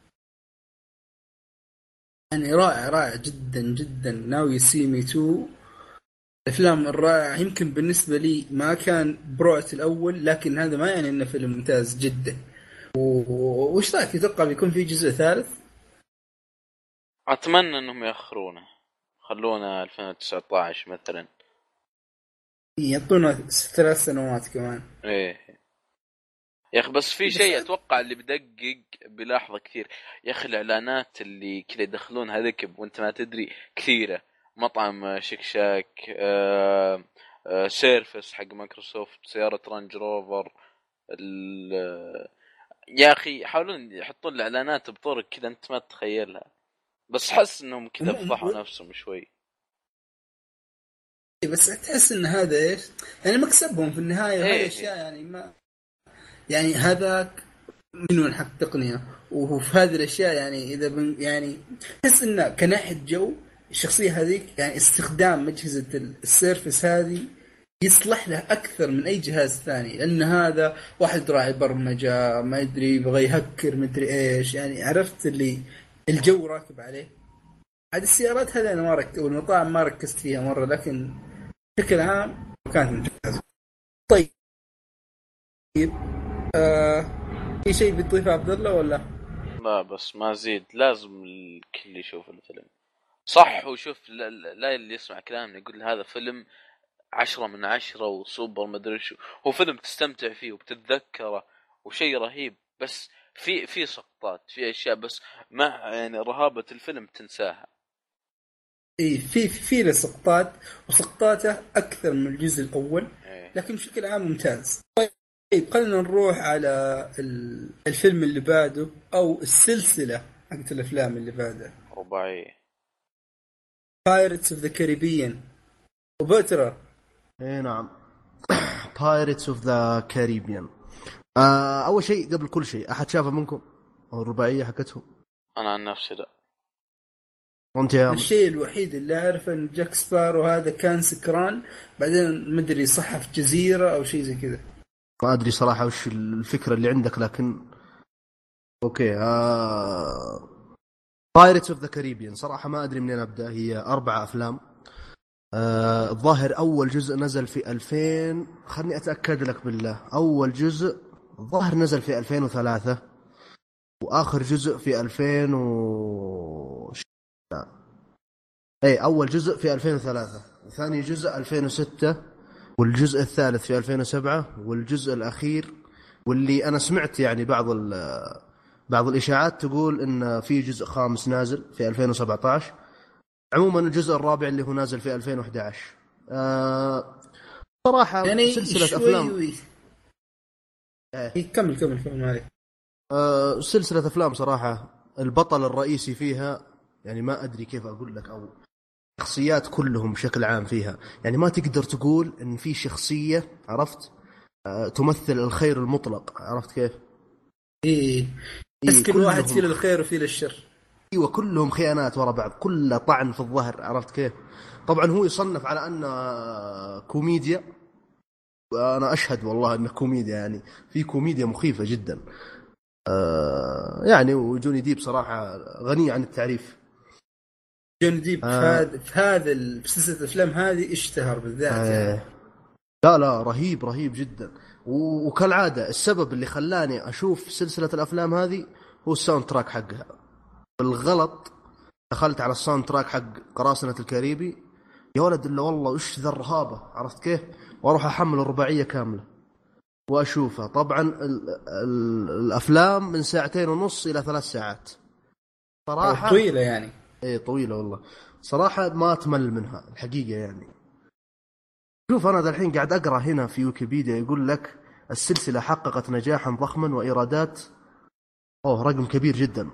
يعني رائع رائع جدا جدا. ناو يو سي مي تو الافلام الرائعة. يمكن بالنسبة لي ما كان بروعة الاول، لكن هذا ما يعني انه فيلم ممتاز جدا. وش رايك تتوقع بيكون في جزء ثالث؟ اتمنى انهم ياخرونه، خلونا 2019 مثلا. يعطونا 3 سنوات كمان. ايه يا اخي بس في بس شيء اتوقع اللي بدقق بلاحظه كثير. يا اخي الاعلانات اللي كذا يدخلونها ذكب وانت ما تدري كثيره. مطعم شكشاك، سيرفس حق مايكروسوفت، سياره رانج روفر. يا اخي يحاولون يحطون الاعلانات بطرق كذا انت ما تتخيلها، بس حس انهم كذا فضحوا نفسهم شوي. بس تحس ان هذا ايش يعني مكسبهم في النهايه. ايه هذه اشياء يعني ما يعني هذاك من وين حق تقنيه. وفي هذه الاشياء يعني اذا يعني تحس انه كناحيه جو الشخصيه هذيك يعني استخدام اجهزه السيرفس هذه يصلح له أكثر من أي جهاز ثاني، لأن هذا واحد راعي برمجة ما يدري يبغى يهكر مدري إيش، يعني عرفت اللي الجو راكب عليه. هذه السيارات هذه أنا ما ركزت، والمطاعم ما ركزت فيها مرة، لكن بشكل عام كانت ممتازة. طيب آه في شيء بتضيفه عبد الله ولا؟ لا بس ما زيد، لازم الكل يشوف الفيلم صح. وشوف لا اللي يسمع كلامنا يقول هذا فيلم 10/10 وسوبر مدري شو، هو فيلم تستمتع فيه وبتتذكره وشيء رهيب، بس في سقطات، في اشياء بس مع يعني رهابة الفيلم تنساها. اي في له سقطات، وسقطاته اكثر من الجزء الاول، إيه. لكن بشكل عام ممتاز. طيب خلينا نروح على الفيلم اللي بعده او السلسله حقت الافلام اللي بعدها، رباعية بايرتس اوف ذا كاريبيان. وبترا اي نعم. بايرتس اوف ذا كاريبيان. اول شيء قبل كل شيء، احد شافه منكم او الرباعيه حقتهم؟ انا عن نفسي لا. وانت يا الشيء الوحيد اللي اعرفه ان جاك سبارو هذا كان سكران، بعدين مدري صح في جزيره او شيء زي كذا. ما ادري صراحه وش الفكره اللي عندك، لكن اوكي. بايرتس اوف ذا كاريبيان صراحه ما ادري منين ابدا. هي 4 أفلام. الظاهر اول جزء نزل في 2000، خلني اتاكد لك بالله. اول جزء الظاهر نزل في 2003، واخر جزء في 2000 اي اول جزء في 2003، وثاني جزء 2006، والجزء الثالث في 2007، والجزء الاخير واللي انا سمعت يعني بعض الاشاعات تقول ان في جزء خامس نازل في 2017. عموما الجزء الرابع اللي هو نازل في 2011. صراحه يعني سلسله افلام. كمل معي. سلسله افلام صراحه البطل الرئيسي فيها يعني ما ادري كيف اقول لك، او شخصيات كلهم بشكل عام فيها، يعني ما تقدر تقول ان في شخصيه عرفت تمثل الخير المطلق، عرفت كيف؟ ايه بس كل واحد فيه للخير وفيه للشر. ايوه كلهم خيانات ورا بعض، كله طعن في الظهر، عرفت كيف؟ طبعا هو يصنف على انه كوميديا، انا اشهد والله انه كوميديا، يعني في كوميديا مخيفه جدا. يعني وجوني ديب صراحه غني عن التعريف. جون ديب في هذا سلسله الافلام هذه اشتهر بالذات يعني. لا رهيب جدا. وكالعاده السبب اللي خلاني اشوف سلسله الافلام هذه هو الساوند تراك حقها. بالغلط دخلت على الساوند تراك حق قراصنة الكاريبي، يا ولد الا والله وش ذا الرهابه، عرفت كيف؟ واروح احمل الرباعيه كامله واشوفها. طبعا الافلام من 2.5 الى 3 ساعات صراحه، طويله يعني. ايه طويله والله صراحه، ما تمل منها الحقيقه يعني. شوف انا ذا الحين قاعد اقرا هنا في ويكيبيديا يقول لك السلسله حققت نجاحا ضخما وايرادات رقم كبير جدا،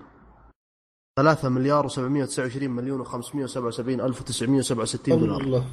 3,729,577,967 دولار.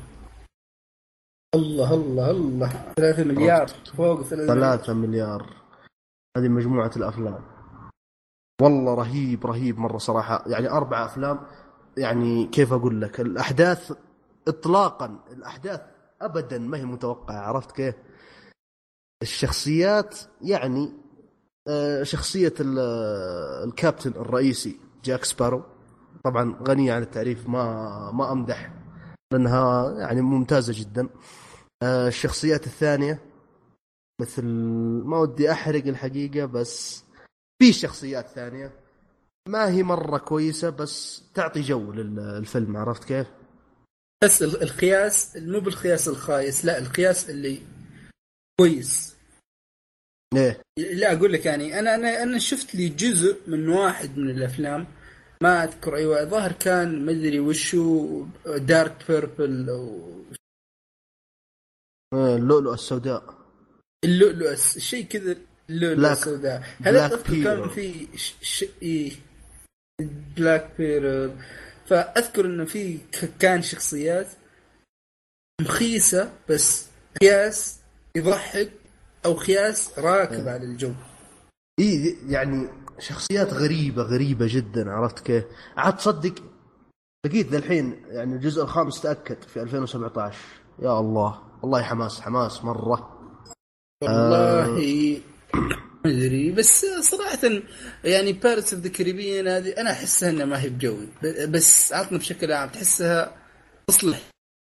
الله 3 مليار فوق 3 مليار. هذه مجموعة الأفلام والله رهيب مرة صراحة. يعني 4 أفلام، يعني كيف أقول لك، الأحداث إطلاقا الأحداث أبدا ما هي متوقعة، عرفت كيف؟ الشخصيات يعني شخصية الكابتن الرئيسي جاك سبارو طبعا غنية عن التعريف، ما أمدح لأنها يعني ممتازة جدا. الشخصيات الثانية مثل، ما ودي أحرق الحقيقة، بس في شخصيات ثانية ما هي مرة كويسة بس تعطي جو للفيلم، عرفت كيف؟ بس القياس مو بالقياس الخايس، لا القياس اللي كويس. ايه لا اقول لك يعني انا شفت لي جزء من واحد من الافلام ما اذكر ايوه، ظاهر كان ما ادري وشو، دارك بيربل او اللؤلؤة السوداء، اللؤلؤ الشيء كذا، اللؤلؤ السوداء هذا اذكر كان في بلاك بيرل. فاذكر انه في كان شخصيات مخيسة بس قياس يضحك او قياس راكب على الجو. ايه يعني شخصيات غريبة جدا، عرفت كيف؟ عاد تصدق لقيت ذا الحين يعني الجزء الخامس تأكد في 2017. يا الله والله حماس مرة. والله ما ادري، بس صراحه يعني بارتس اوف ذا كاريبيان هذه انا احسها انها ما هي بجوي، بس عطنا بشكل عام تحسها تصلح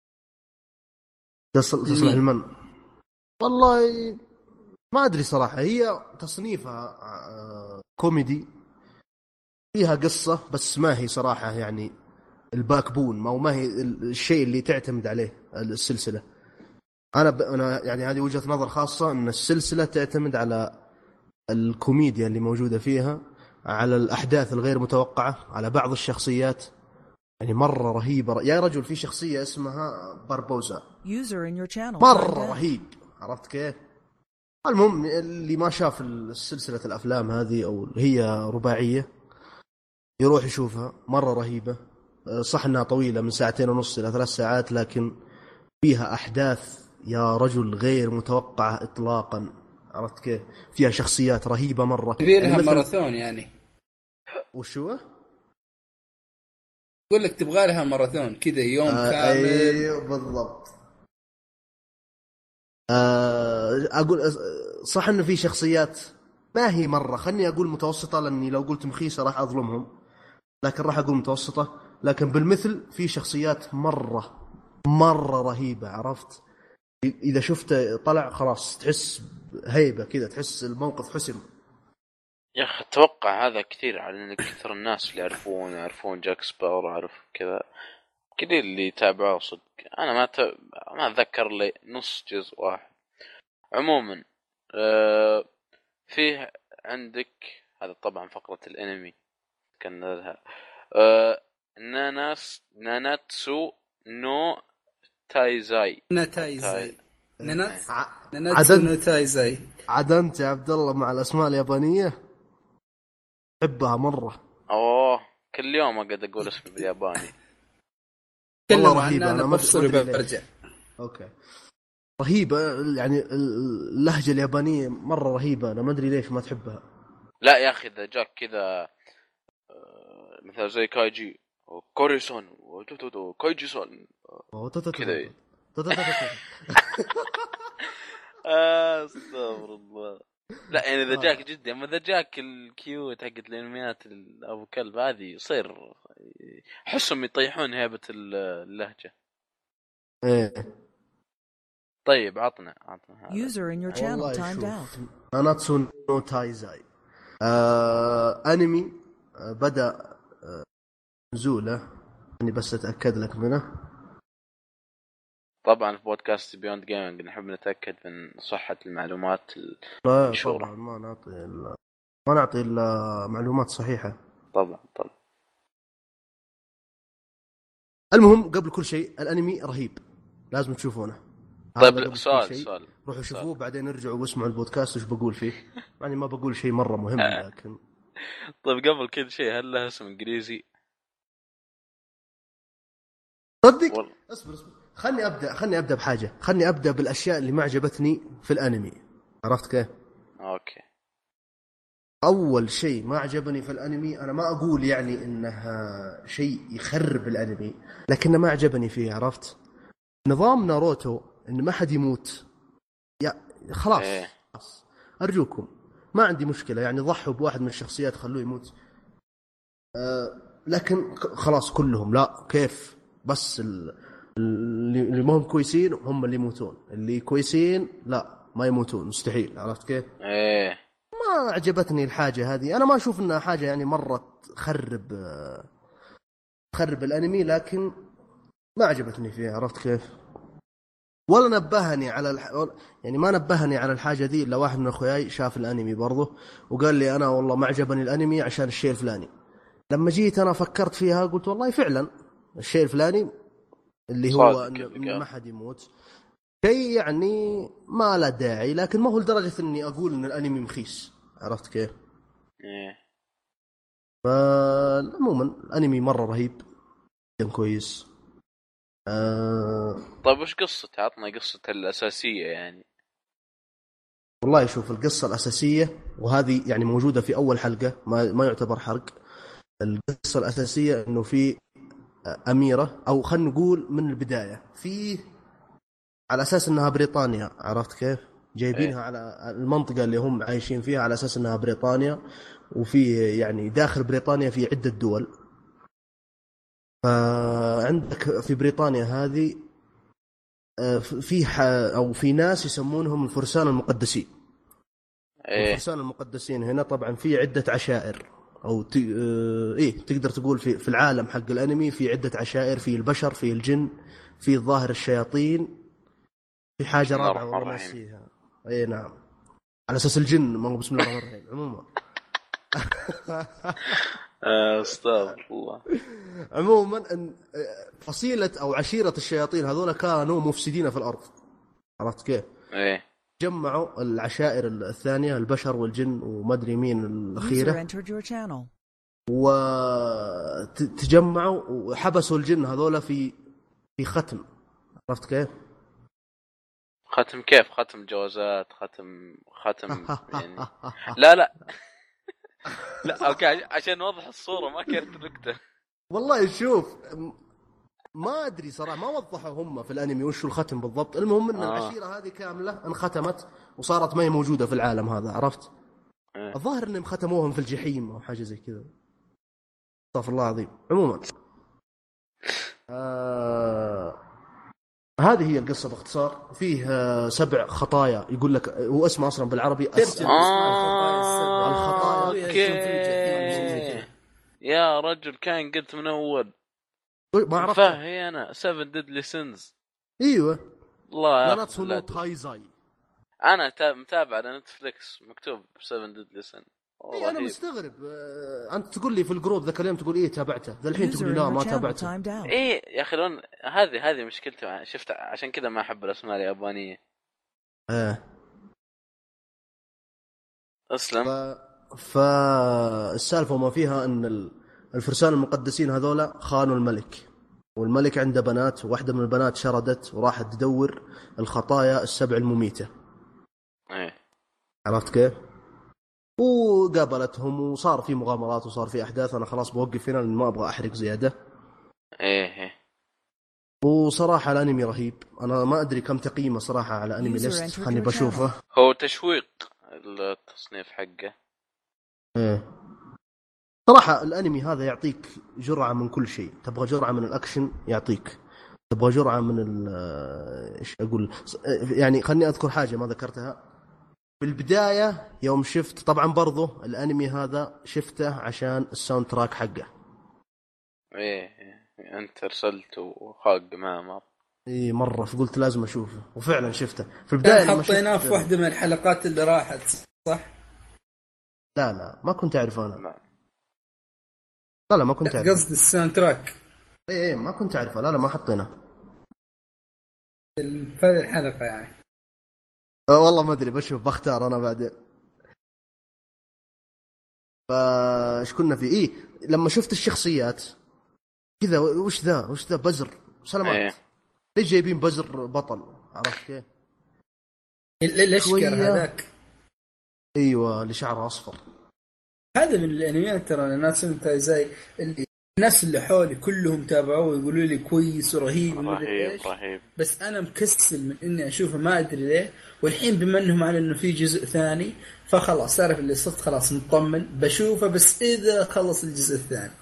تصلح المن. والله ما أدري صراحة، هي تصنيفها كوميدي، فيها قصة، بس ما هي صراحة يعني الباك بون، ما هي الشيء اللي تعتمد عليه السلسلة. أنا يعني هذه وجهة نظر خاصة، أن السلسلة تعتمد على الكوميديا اللي موجودة فيها، على الأحداث الغير متوقعة، على بعض الشخصيات يعني مرة رهيبة. يا رجل في شخصية اسمها باربوزا مرة رهيب، عرفت كيف؟ المهم اللي ما شاف السلسلة الأفلام هذه أو هي رباعية يروح يشوفها، مرة رهيبة. صح أنها طويلة من 2.5 إلى 3 ساعات، لكن فيها أحداث يا رجل غير متوقعة إطلاقا، عرفت كيف؟ فيها شخصيات رهيبة مرة، تبي لها يعني مثل... ماراثون يعني. وشو؟ يقول لك تبغى لها ماراثون كذا يوم كامل. أيوه بالضبط. أقول صح إنه في شخصيات ما هي مرة، خلني أقول متوسطة، لأني لو قلت مخيسة راح أظلمهم، لكن راح أقول متوسطة. لكن بالمثل في شخصيات مرة رهيبة، عرفت؟ إذا شفته طلع خلاص تحس هيبة كذا، تحس الموقف حسم. يا أخي أتوقع هذا كثير على إن كثر الناس اللي يعرفون جاك سبارو، عارف كذا كثير اللي يتابعوه صدق. أنا ما أتذكر لي نص جزء واحد. عموما فيه عندك هذا طبعا فقرة الانمي كان لها ناناتسو نو تايزاي. ناناتسو نو تايزاي. عدنت يا عبد الله مع الاسماء اليابانيه، احبها مره. اوه كل يوم اقعد اقول اسمه بالياباني. والله رهيبه، انا بفصل وبرجع. اوكي رهيبه، يعني اللهجه اليابانيه مره رهيبه، انا ما ادري ليش ما تحبها. لا يا اخي اذا جاك كذا مثل زي كايجي كوريسون كايجي-سون كذا استغفر الله. لا يعني اذا جاك جدا، اما اذا جاك الكيوت حقت الانميات ابو كلب هذه يصير حسهم يطيحون هيبه اللهجه. ايه طيب عطنا ناناتسو نو تايزاي انمي بدا نزوله، اني بس اتاكد لك منه. طبعا في بودكاست بيوند جيمنج نحب نتاكد من صحه المعلومات المنشوره. طبعا ما نعطي الا معلومات صحيحه. طبعا. المهم قبل كل شيء الانمي رهيب، لازم تشوفونه. طيب سؤال روحوا شوفوه بعدين ارجعوا واسمعوا البودكاست وش بقول فيه. يعني ما بقول شيء مره مهم لكن طيب قبل كل شيء هل له اسم انجليزي؟ صدق اصبر خلني ابدا بحاجه، خلني ابدا بالاشياء اللي ما عجبتني في الانمي، عرفت كيف؟ اوكي. اول شيء ما عجبني في الانمي، انا ما اقول يعني انها شيء يخرب الانمي، لكن ما عجبني فيه، عرفت؟ نظام ناروتو ان ما حد يموت، يا خلاص ارجوكم ما عندي مشكله، يعني ضحوا بواحد من الشخصيات خلوه يموت، لكن خلاص كلهم لا، كيف؟ بس اللي ما هم كويسين هم اللي يموتون، اللي كويسين لا ما يموتون، مستحيل، عرفت كيف؟ ما عجبتني الحاجه هذه، انا ما اشوف انها حاجه يعني مره تخرب الانمي، لكن ما عجبتني فيها، عرفت كيف؟ ولا نبهني على يعني ما نبهني على الحاجه دي الا واحد من اخوياي شاف الانمي برضه وقال لي انا والله ما عجبني الانمي عشان الشيء الفلاني. لما جيت انا فكرت فيها قلت والله فعلا الشيء الفلاني اللي هو إن ما حد يموت شيء يعني ما له داعي، لكن ما هو لدرجه اني اقول ان الانمي مخيس، عرفت كيف؟ فالعموما الانمي مره رهيب جدا كويس. طيب وش قصته؟ عطنا قصته الأساسية يعني. والله شوف القصة الأساسية وهذه يعني موجودة في أول حلقة، ما يعتبر حرق. القصة الأساسية إنه في أميرة، أو خلينا نقول من البداية، في على اساس انها بريطانيا، عرفت كيف؟ جايبينها على المنطقه اللي هم عايشين فيها على اساس انها بريطانيا، وفي يعني داخل بريطانيا في عده دول. فعندك في بريطانيا هذه في او في ناس يسمونهم الفرسان المقدسين. الفرسان المقدسين هنا طبعا في عده عشائر، او تقدر تقول في العالم حق الانمي في عده عشائر، في البشر، في الجن، في الظاهر الشياطين، في حاجه رابعه والله ناسيها. اي نعم، على اساس الجن، ما هو بسم الله الرحمن الرحيم عموما. استغفر الله. عموما فصيله او عشيره الشياطين هذول كانوا مفسدين في الارض، عرفت كيف؟ ايه جمعوا العشائر الثانيه، البشر والجن وما ادري مين الاخيره، وتجمعوا وحبسوا الجن هذول في ختم، عرفت كيف؟ ختم كيف؟ ختم جوازات، ختم يعني لا لا اوكي، عشان نوضح الصورة ما كانت نكتة. والله شوف، ما ادري صراحة، ما وضحوا هم في الانمي وش الختم بالضبط. المهم ان العشيرة هذه كاملة انختمت وصارت ما هي موجودة في العالم هذا، عرفت؟ الظاهر انهم ختموهم في الجحيم او حاجة زي كذا، استغفر الله العظيم. عموما هذه هي القصة باختصار. فيه 7 خطايا، يقول لك هو اسمه أصلا بالعربي الخطايا. يا رجل كان قلت من أول ما عرفت. فهي أنا 7 Deadly Sins. ايوه الله يا ناتسو نو تايزاي. انا متابع على نتفليكس مكتوب 7 Deadly Sins. اي انا مستغرب، انت تقول لي في الجروب ذاك اليوم تقول ايه تابعته، ذا الحين تقول لي لا ما تابعته. ايه يا اخي لون هذه مشكلته، شفت عشان كذا ما احب الاسماء اليابانيه. اسلم. فالسالفه ما فيها ان الفرسان المقدسين هذولا خانوا الملك، والملك عنده بنات، واحده من البنات شردت وراحت تدور الخطايا ال7 المميته. عرفت كيف؟ وقابلتهم وصار في مغامرات وصار في احداث. انا خلاص بوقف هنا لان ما ابغى احرق زياده. وصراحه الانمي رهيب. انا ما ادري كم تقييمه صراحه على انمي ليست، خلني بشوفه. هو تشويق التصنيف حقه. صراحه الانمي هذا يعطيك جرعه من كل شيء. تبغى جرعه من الاكشن يعطيك، تبغى جرعه من ايش اقول يعني. خلني اذكر حاجه ما ذكرتها بالبداية يوم شفت. طبعا برضو الانمي هذا شفته عشان الساوند تراك حقه. انت ارسلت وخاق معه مرة، فقلت لازم اشوفه وفعلا شفته في البداية. حطيناه في واحدة من الحلقات اللي راحت صح؟ لا ما كنت اعرف انا. لا ما كنت اعرف. قصد الساوند تراك. ما كنت اعرفه. لا ما حطيناه في الحلقة يعني. والله ما ادري، بشوف بختار انا بعدين. فايش كنا في لما شفت الشخصيات كذا، وش ذا بزر سلامات. ليش جايبين بزر بطل؟ عرفت كيف؟ الاشقر هذاك. ايوه اللي شعره اصفر. هذا من الانميات ترى الناس زي الناس اللي حولي كلهم تابعوه ويقولوا لي كويس ورهيب رهيب. بس انا مكسل من اني اشوفه، ما ادري ليه. والحين بما انهم على انه في جزء ثاني فخلاص عارف اللي صرت خلاص مطمن بشوفه، بس اذا خلص الجزء الثاني.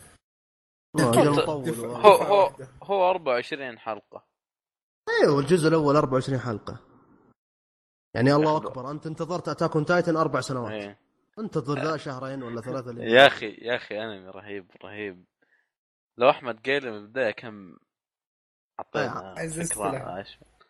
هو 24 حلقة. ايوه الجزء الاول 24 حلقة يعني. الله اكبر، انت انتظرت اتاك اون تايتن 4 سنوات. انتظر ذا 2 ولا 3 يا اخي انمي رهيب. لو احمد قال من البدايه كم عطينا فكره.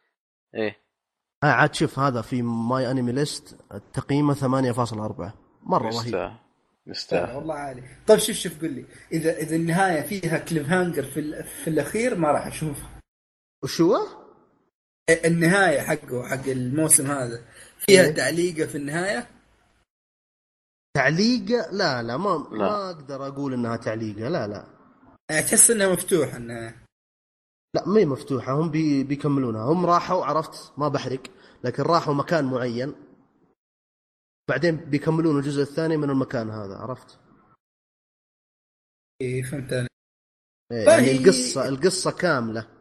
عاد شوف هذا في ماي انمي ليست التقييم 8.4 مره رهيب. مستاهل والله عالي. طيب شوف قل لي اذا النهايه فيها كليف هانجر في الاخير ما راح اشوفه. وشو النهايه حق الموسم هذا فيها تعليقه في النهايه؟ تعليقه؟ لا ما اقدر اقول انها تعليقه. لا تحس انها مفتوحه النهايه؟ لا ما هي مفتوحه. هم بيكملونها. هم راحوا، عرفت، ما بحرق، لكن راحوا مكان معين بعدين بيكملون الجزء الثاني من المكان هذا، عرفت؟ فهمت انا. يعني القصه كامله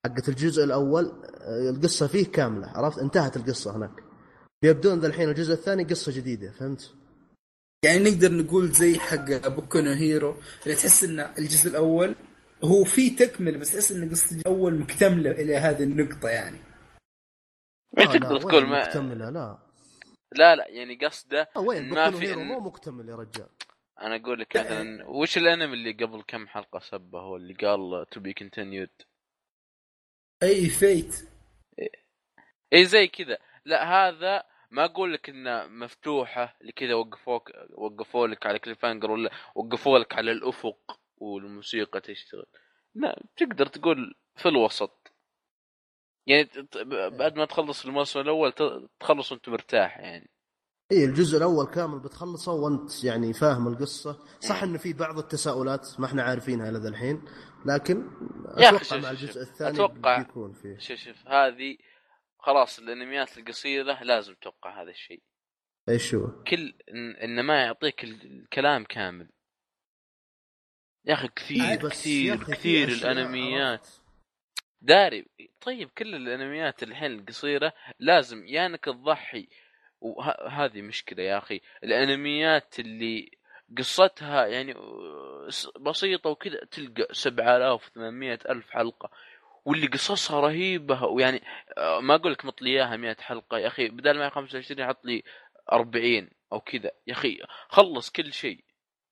حقت الجزء الاول القصه فيه كامله، عرفت؟ انتهت القصه هناك. يبدون ذا الحين الجزء الثاني قصه جديده، فهمت؟ يعني نقدر نقول زي حق بوكو نو هيرو اللي تحس ان الجزء الاول هو فيه تكمل، بس تحس ان القصه الاول مكتمله الى هذه النقطه يعني. تقدر تقول ما مكتمله؟ لا يعني قصده وين ما بوكو نو في هيرو مو مكتمل يا رجال. انا اقول لك مثلا وش الانمي اللي قبل كم حلقه سبه هو اللي قال تو بي كونتينيود؟ اي فيت. اي زي كذا. لا هذا ما اقول لك انه مفتوحه لكذا وقفوا لك على كليفانجر ولا وقفوا لك على الافق والموسيقى تشتغل. لا تقدر تقول في الوسط يعني بعد ما تخلص الموسم الاول تخلص وانت مرتاح يعني. ايه الجزء الاول كامل بتخلصه وانت يعني فاهم القصه. صح انه في بعض التساؤلات ما احنا عارفينها لذا الحين، لكن اتوقع مع الجزء الثاني اتوقع بيكون فيه. شوف هذه خلاص الانميات القصيره لازم توقع هذا الشيء. ايش هو؟ كل ان ما يعطيك الكلام كامل يا اخي. كثير الانميات داري. طيب كل الانميات الحين القصيره لازم يا انك تضحي، وهذه مشكله يا اخي. الانميات اللي قصتها يعني بسيطه وكذا تلقى 7800 ألف حلقه، واللي قصصها رهيبه ويعني ما اقول لك مطلي اياها 100 حلقه يا اخي، بدل ما 25 حط لي 40 او كذا يا اخي، خلص كل شيء.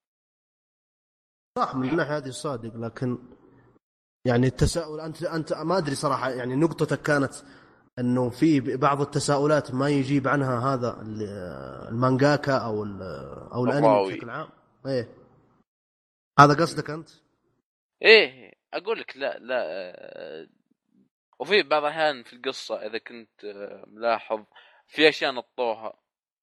صح من الناحيه هذه صادق، لكن يعني التساؤل انت ما ادري صراحه، يعني نقطتك كانت انه في بعض التساؤلات ما يجيب عنها هذا المانجاكا او الانمي بشكل عام. ايه هذا قصدك انت؟ ايه اقول لك لا وفي بعض الاحيان في القصه اذا كنت ملاحظ في اشياء نطوها.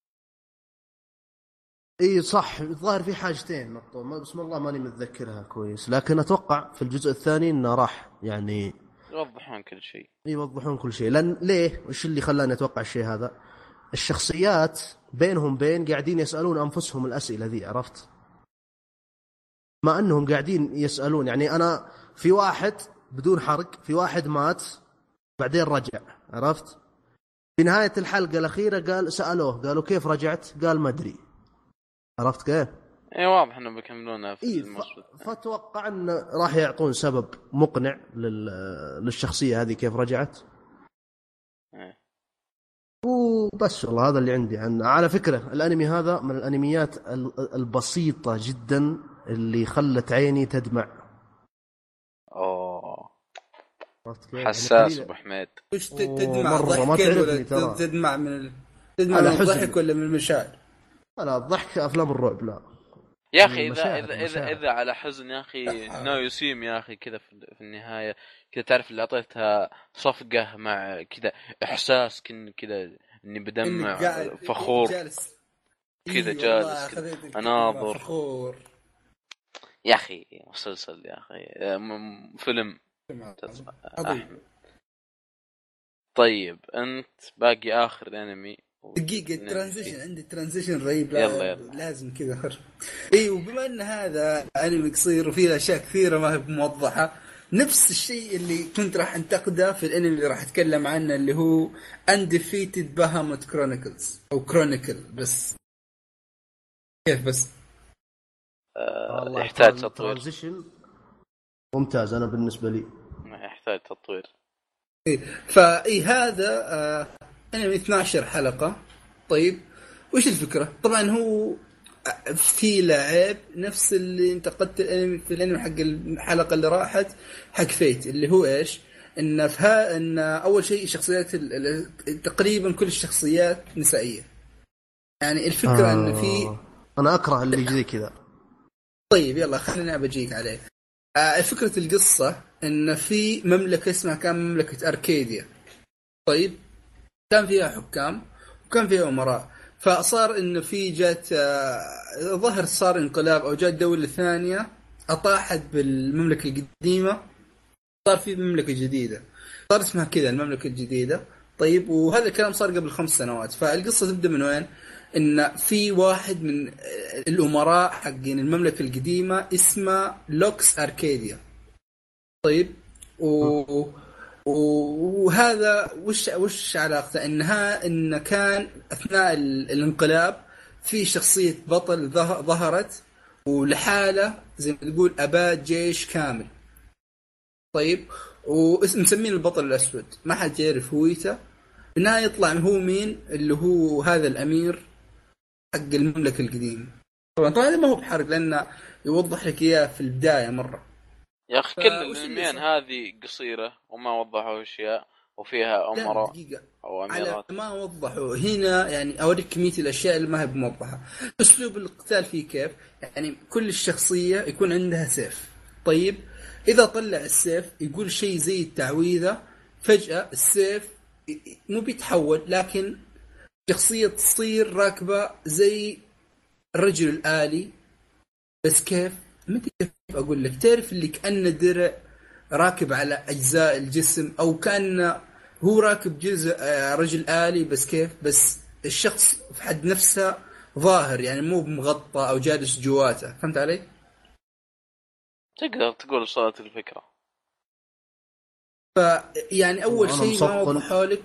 اي صح، الظاهر في حاجتين نطوا بسم الله ماني متذكرها كويس، لكن اتوقع في الجزء الثاني انه راح يعني يوضحون كل شيء. يوضحون كل شيء. لان ليه وش اللي خلاني اتوقع الشيء هذا؟ الشخصيات بينهم قاعدين يسالون انفسهم الاسئله ذي، عرفت؟ ما انهم قاعدين يسالون. يعني انا في واحد بدون حرق، في واحد مات بعدين رجع، عرفت؟ في نهايه الحلقه الاخيره سالوه قالوا كيف رجعت؟ قال ما ادري، عرفت كيف؟ اي واضح انه بيكملونها في الموسم. فاتوقع ان راح يعطون سبب مقنع للشخصيه هذه كيف رجعت. وبس والله هذا اللي عندي عنه. على فكره الانمي هذا من الانميات البسيطه جدا اللي خلت عيني تدمع. حساس ابو حميد. وش تدمع؟ مرة ما تعرفني ترى. تدمع من الضحك ولا من المشاعر؟ لا الضحك افلام الرعب لا يا اخي. اذا على حزن يا اخي نايوسيم يا اخي كذا في النهايه كذا، تعرف اللي اعطيتها صفقه مع كذا احساس كذا اني بدمع فخور كذا جالس كذا اناظر فخور يا اخي. مسلسل يا اخي فيلم أحمد. طيب انت باقي اخر انمي دقيقة ترانزيشن عندي ترانزيشن رهيب. يلا. لازم كذا خرج. اي وبما ان هذا انمي قصير وفيه اشياء كثيرة ما هي موضحة، نفس الشيء اللي كنت راح انتقده في الانمي اللي راح اتكلم عنه اللي هو Undefeated Bahamut Chronicles او كرونيكل. بس كيف بس يحتاج تطوير. ترانزيشن ممتاز انا بالنسبة لي يحتاج تطوير. فاي هذا انمي 12 حلقة. طيب وش الفكرة؟ طبعا هو في لعب نفس اللي انتقدت الانمي في الانمي حق الحلقة اللي راحت حق فيت، اللي هو ايش؟ ان اول شيء شخصيات تقريبا كل الشخصيات نسائية. يعني الفكرة ان في انا اكره اللي زي كذا. طيب يلا خلينا بجيك عليه. فكرة القصة ان في مملكة اسمها كان مملكة اركاديا. طيب كان فيها حكام وكان فيها امراء، فصار انه في جات ظهر صار انقلاب او جات دولة ثانية اطاحت بالمملكة القديمة، صار في مملكة جديدة صار اسمها كذا المملكة الجديدة. طيب وهذا الكلام صار قبل 5 سنوات. فالقصة تبدأ من وين؟ ان في واحد من الامراء حقين المملكة القديمة اسمه لوكس اركاديا. طيب وهذا وش علاقته؟ إن كان أثناء الانقلاب في شخصية بطل ظهرت ولحاله زي ما تقول أباد جيش كامل. طيب ومسمين البطل الأسود، ما حد يعرف هويته. بالنهاية يطلع هو مين؟ اللي هو هذا الأمير حق المملكة القديمة. طبعا هذا ما هو بحرق لأنه يوضح لك إياه في البداية مرة. يا أخي كل الأنميان هذه قصيرة وما وضحوا أشياء وفيها أمراء أو أميرات. على ما وضحوا هنا، يعني أوريك كمية الأشياء اللي ما هي بموضحة. أسلوب القتال فيه كيف؟ يعني كل الشخصية يكون عندها سيف. طيب إذا طلع السيف يقول شيء زي التعويذة، فجأة السيف مو بيتحول، لكن شخصية تصير راكبة زي الرجل الآلي. بس كيف؟ ما أدري كيف أقول لك. تعرف اللي كأنه درع راكب على أجزاء الجسم، أو كأنه هو راكب جزء رجل آلي. بس كيف؟ بس الشخص في حد نفسه ظاهر، يعني مو مغطى أو جالس جواته. فهمت علي؟ تقدر تقول صارت الفكرة. يعني أول شيء ما وضحوا لك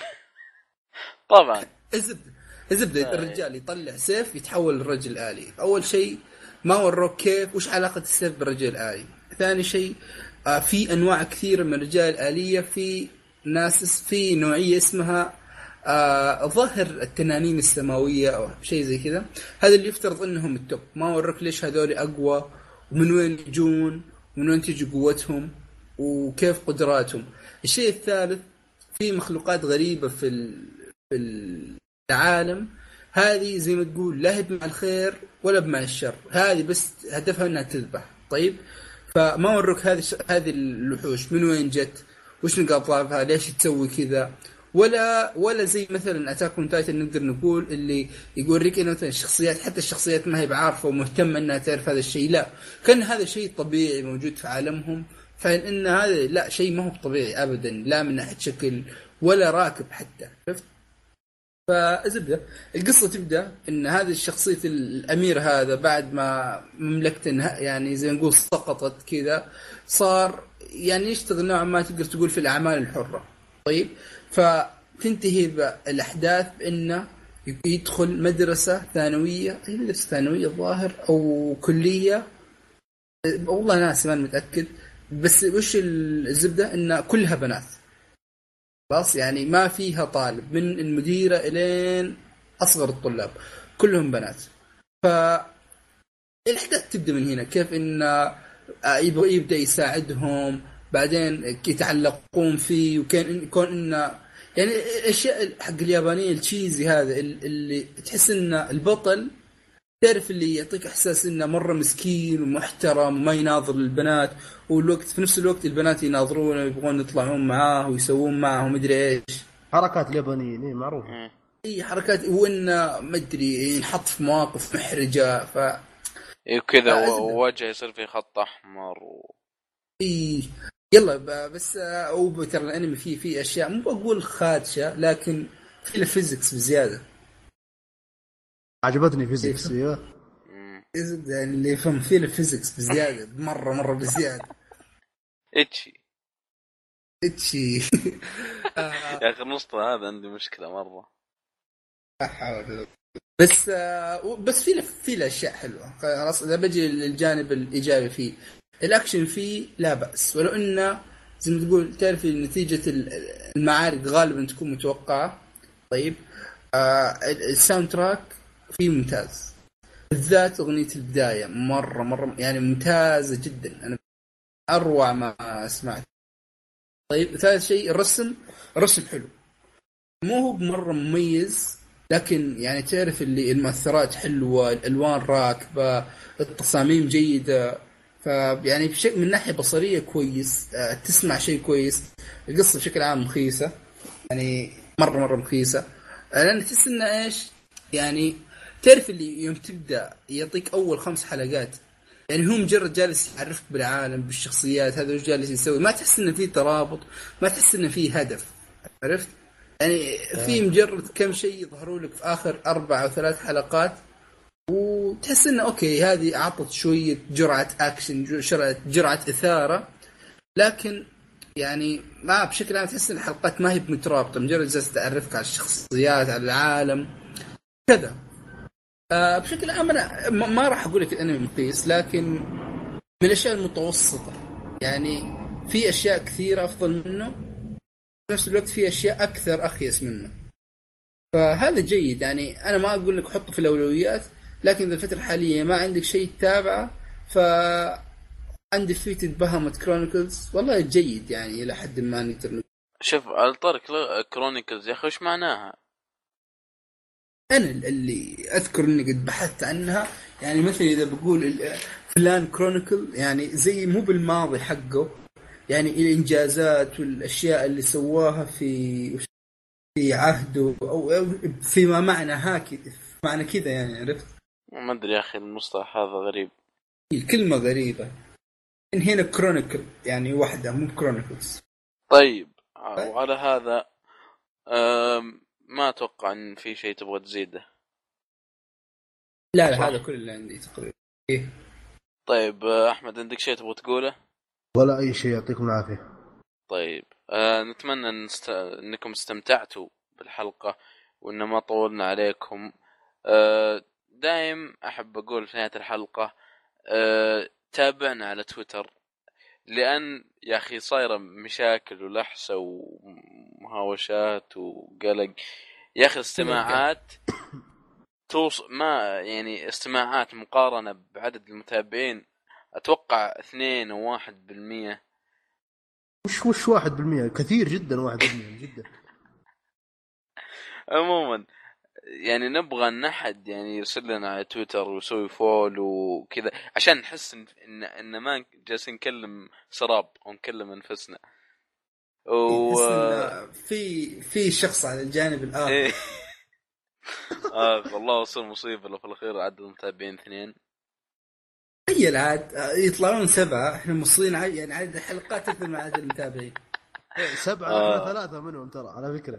طبعا الزبدة الرجال يطلع سيف يتحول للرجل الآلي. أول شيء ما وروك كيف وش علاقة السيف بالرجل الآلي. ثاني شيء في أنواع كثيرة من الرجال الآلية. في ناس في نوعية اسمها ظهر التنانين السماوية أو شيء زي كذا. هذا اللي يفترض أنهم التوب. ما وروك ليش هذول أقوى ومن وين يجون ومن وين تيجي قوتهم وكيف قدراتهم. الشيء الثالث في مخلوقات غريبة في العالم. هذه زي ما تقول لا هي بمع الخير ولا بمع الشر، هذه بس هدفها انها تذبح. طيب فما وروك هذه الوحوش من وين جت، وش نقاط ضعفها، ليش تسوي كذا. ولا زي مثلا اتاك اون تايتن نقدر نقول اللي يوريك انه مثلا الشخصيات، حتى الشخصيات ما هي بعارفه ومهتمه انها تعرف هذا الشيء. لا، كان هذا شيء طبيعي موجود في عالمهم. فإن هذا لا شيء ما هو طبيعي ابدا، لا من ناحيه شكل ولا راكب حتى. شفت؟ فزبدة القصة تبدأ إن هذه الشخصية الأمير هذا بعد ما مملكته يعني زي ما نقول سقطت كذا، صار يعني يشتغل نوعا ما تقدر تقول في الأعمال الحرة. طيب فتنتهي الأحداث بإنه يدخل مدرسة ثانوية، هي مدرسة ثانوية الظاهر أو كلية، والله ناسي ما متأكد. بس وش الزبدة إن كلها بنات خلاص، يعني ما فيها طالب من المديرة إلين أصغر الطلاب كلهم بنات. فالأحداث تبدأ من هنا، كيف إن يبدأ يساعدهم، بعدين يتعلقون فيه، وكان يكون إنه يعني الأشياء حق اليابانية التشيزي هذا اللي تحس إن البطل تعرف اللي يعطيك إحساس إنه مرة مسكين ومحترم وما يناظر البنات، والوقت في نفس الوقت البنات يناظرونه ويبغون يطلعون معاه ويسوون معه مدري إيش. حركات اليابانيين معروفة. اي حركات، وإنه مدري ينحط في مواقف محرجة كذا ووجه يصير في خط أحمر اي يلا بس ترى الأنمي فيه أشياء مو بقول خادشة، لكن في الفيزيكس بزيادة. عجبتني فيزيكس. ايوه يعني اللي يفهم فيه الفيزيكس بزيادة، مرة بزيادة. اتشي يا اخي النص هذا عندي مشكله مره. بس في الاشياء حلوه. خلاص اذا بجي للجانب الايجابي فيه، الاكشن فيه لا باس، ولو انه زي ما تقول تعرف نتيجه المعارك غالبا تكون متوقعه. طيب الساوند تراك فيه ممتاز، بالذات اغنيه البدايه مره يعني ممتازه جدا، انا اروع ما سمعت. طيب ثالث شيء الرسم حلو، مو هو بمرة مميز، لكن يعني تعرف اللي المؤثرات حلوة، الألوان راكبة، التصاميم جيدة. فيعني بشيء من ناحية بصرية كويس، تسمع شيء كويس. القصة بشكل عام مخيسة، يعني مرة مخيسة، لأن تحس إنه إيش يعني تعرف اللي يوم تبدأ يعطيك أول 5 حلقات يعني هو مجرد جالس يعرفك بالعالم بالشخصيات، هذا وش جالس يسوي، ما تحس انه في ترابط، ما تحس انه في هدف. عرفت يعني في مجرد كم شيء يظهروا لك في اخر 4 أو 3 حلقات، وتحس انه اوكي هذه اعطت شويه جرعه اكشن، جرعه اثاره، لكن يعني ما بشكل عام تحس ان الحلقات ما هي مترابطه، مجرد جالس تعرفك على الشخصيات، على العالم كذا. بشكل عام انا ما راح اقول لك الانمي مقيس، لكن من الاشياء المتوسطه. يعني في اشياء كثيره افضل منه، في نفس الوقت في اشياء اكثر اخيس منه، فهذا جيد. يعني انا ما اقول لك حطه في الاولويات، لكن اذا الفتره الحاليه ما عندك شيء تتابعه، ف عندي فيتد بهامت كرونيكلز والله جيد، يعني الى حد ما نقدر نقول. شوف على طارق كرونيكلز يا اخي وش معناها؟ انا اللي اذكر اني قد بحثت عنها، يعني مثلا اذا بقول فلان كرونيكل، يعني زي مو بالماضي حقه، يعني الانجازات والاشياء اللي سواها في عهده او فيما معنى هكذا، معنى كذا يعني، عرفت؟ ما ادري يا اخي المصطلح هذا غريب، الكلمه غريبه. إن هنا كرونيكل يعني واحده، مو كرونيكلز. طيب وعلى هذا ما اتوقع ان في شيء تبغى تزيده. لا هذا كل اللي عندي تقريبا. إيه؟ طيب احمد عندك شيء تبغى تقوله؟ ولا اي شيء، يعطيكم العافيه. طيب نتمنى انكم استمتعتوا بالحلقه وان ما طولنا عليكم. دايم احب اقول في نهايه الحلقه تابعنا على تويتر، لأن يا أخي صايرة مشاكل ولحسة ومهاوشات وقلق يا أخي. استماعات ما يعني استماعات مقارنة بعدد المتابعين أتوقع 2 أو 1%. وش 1%؟ كثير جدا 1% جدا. عموما يعني نبغى ان احد يعني يرسل لنا على تويتر ويسوي فول وكذا عشان نحس ان ما جالسين نكلم سراب او نكلم انفسنا. في شخص على الجانب الاخر. والله وصل مصيبه لو في الاخير عدد المتابعين 2. هي العاد يطلعون 7، احنا مصرين يعني عدد الحلقات اكثر من عدد المتابعين. 7 احنا 3 منهم ترى على فكره.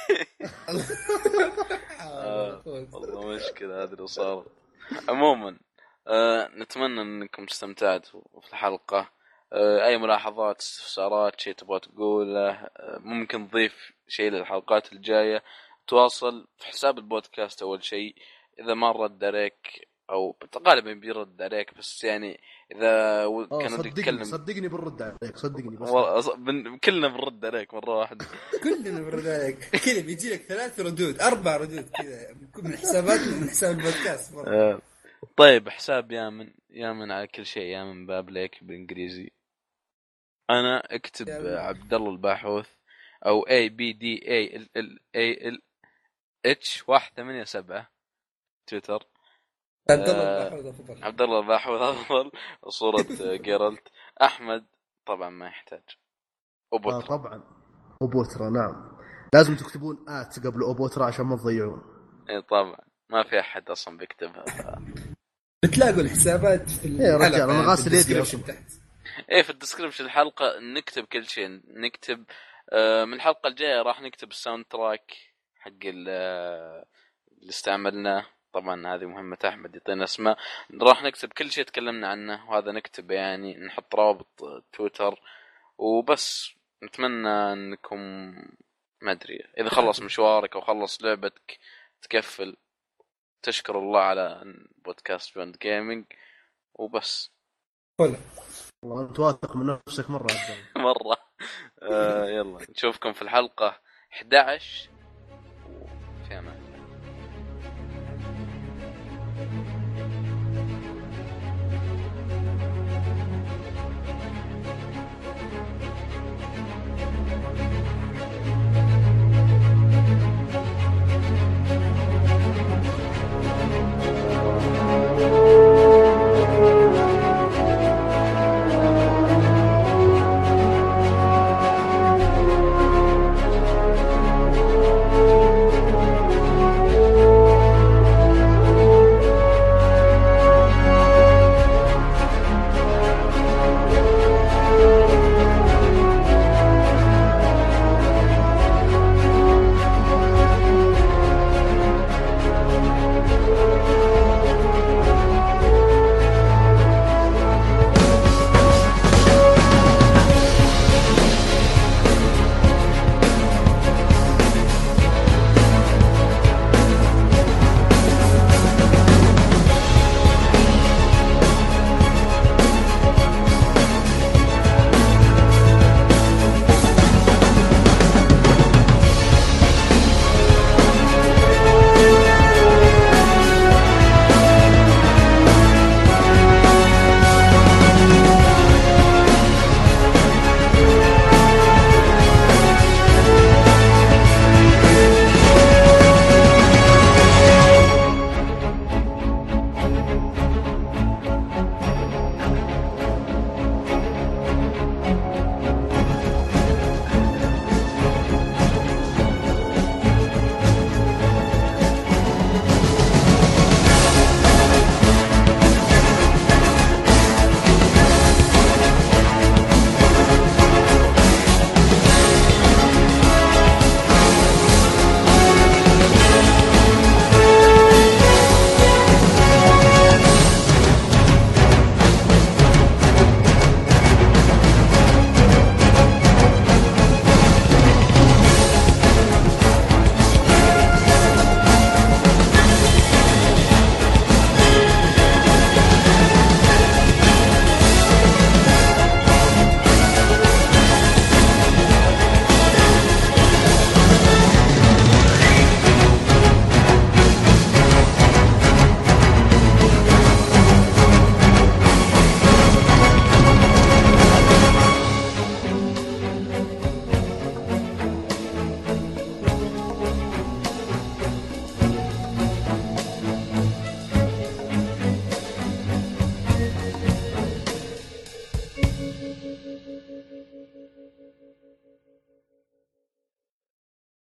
والله مشكلة هذه اللي صارت. عموما نتمنى انكم استمتعتوا في الحلقة. اي ملاحظات استفسارات شيء تبغى تقوله ممكن تضيف شيء للحلقات الجاية، تواصل في حساب البودكاست اول شيء. اذا ما رد عليك او غالبا بيرد عليك، بس يعني اذا كان ودك تتكلم صدقني بنرد عليك، صدقني بس كلنا بنرد عليك مره واحده. كلنا بنرد عليك كذا، بيجي لك 3 ردود 4 ردود كذا من حسابات، من حساب البودكاست. طيب حساب يامن على كل شيء، يامن بابليك بالانجليزي. انا اكتب عبد الله الباحوث او ABDALLAH 187 تويتر. عبد الله الباحوث افضل. صورة جيرالت. احمد طبعا ما يحتاج. أوبوترا. طبعا أوبوترا، نعم لازم تكتبون قبل أوبوترا عشان ما تضيعون. اي طبعا ما في احد اصلا بيكتبها بتلاقوا الحسابات في رجال انا غاسل يدي اصلا. في الديسكريبشن الحلقة نكتب كل شيء. نكتب من الحلقة الجاية راح نكتب الساوند تراك حق اللي استعملناه. طبعا هذه مهمة أحمد يعطينا اسماء. راح نكتب كل شيء تكلمنا عنه، وهذا نكتب يعني نحط رابط تويتر وبس. نتمنى أنكم ما أدري إذا خلص مشوارك أو خلص لعبتك تكفل تشكر الله على بودكاست بيوند جيمنج وبس. والله أنت واثق من نفسك مرة مرة. يلا نشوفكم في الحلقة 11 وفي أمان.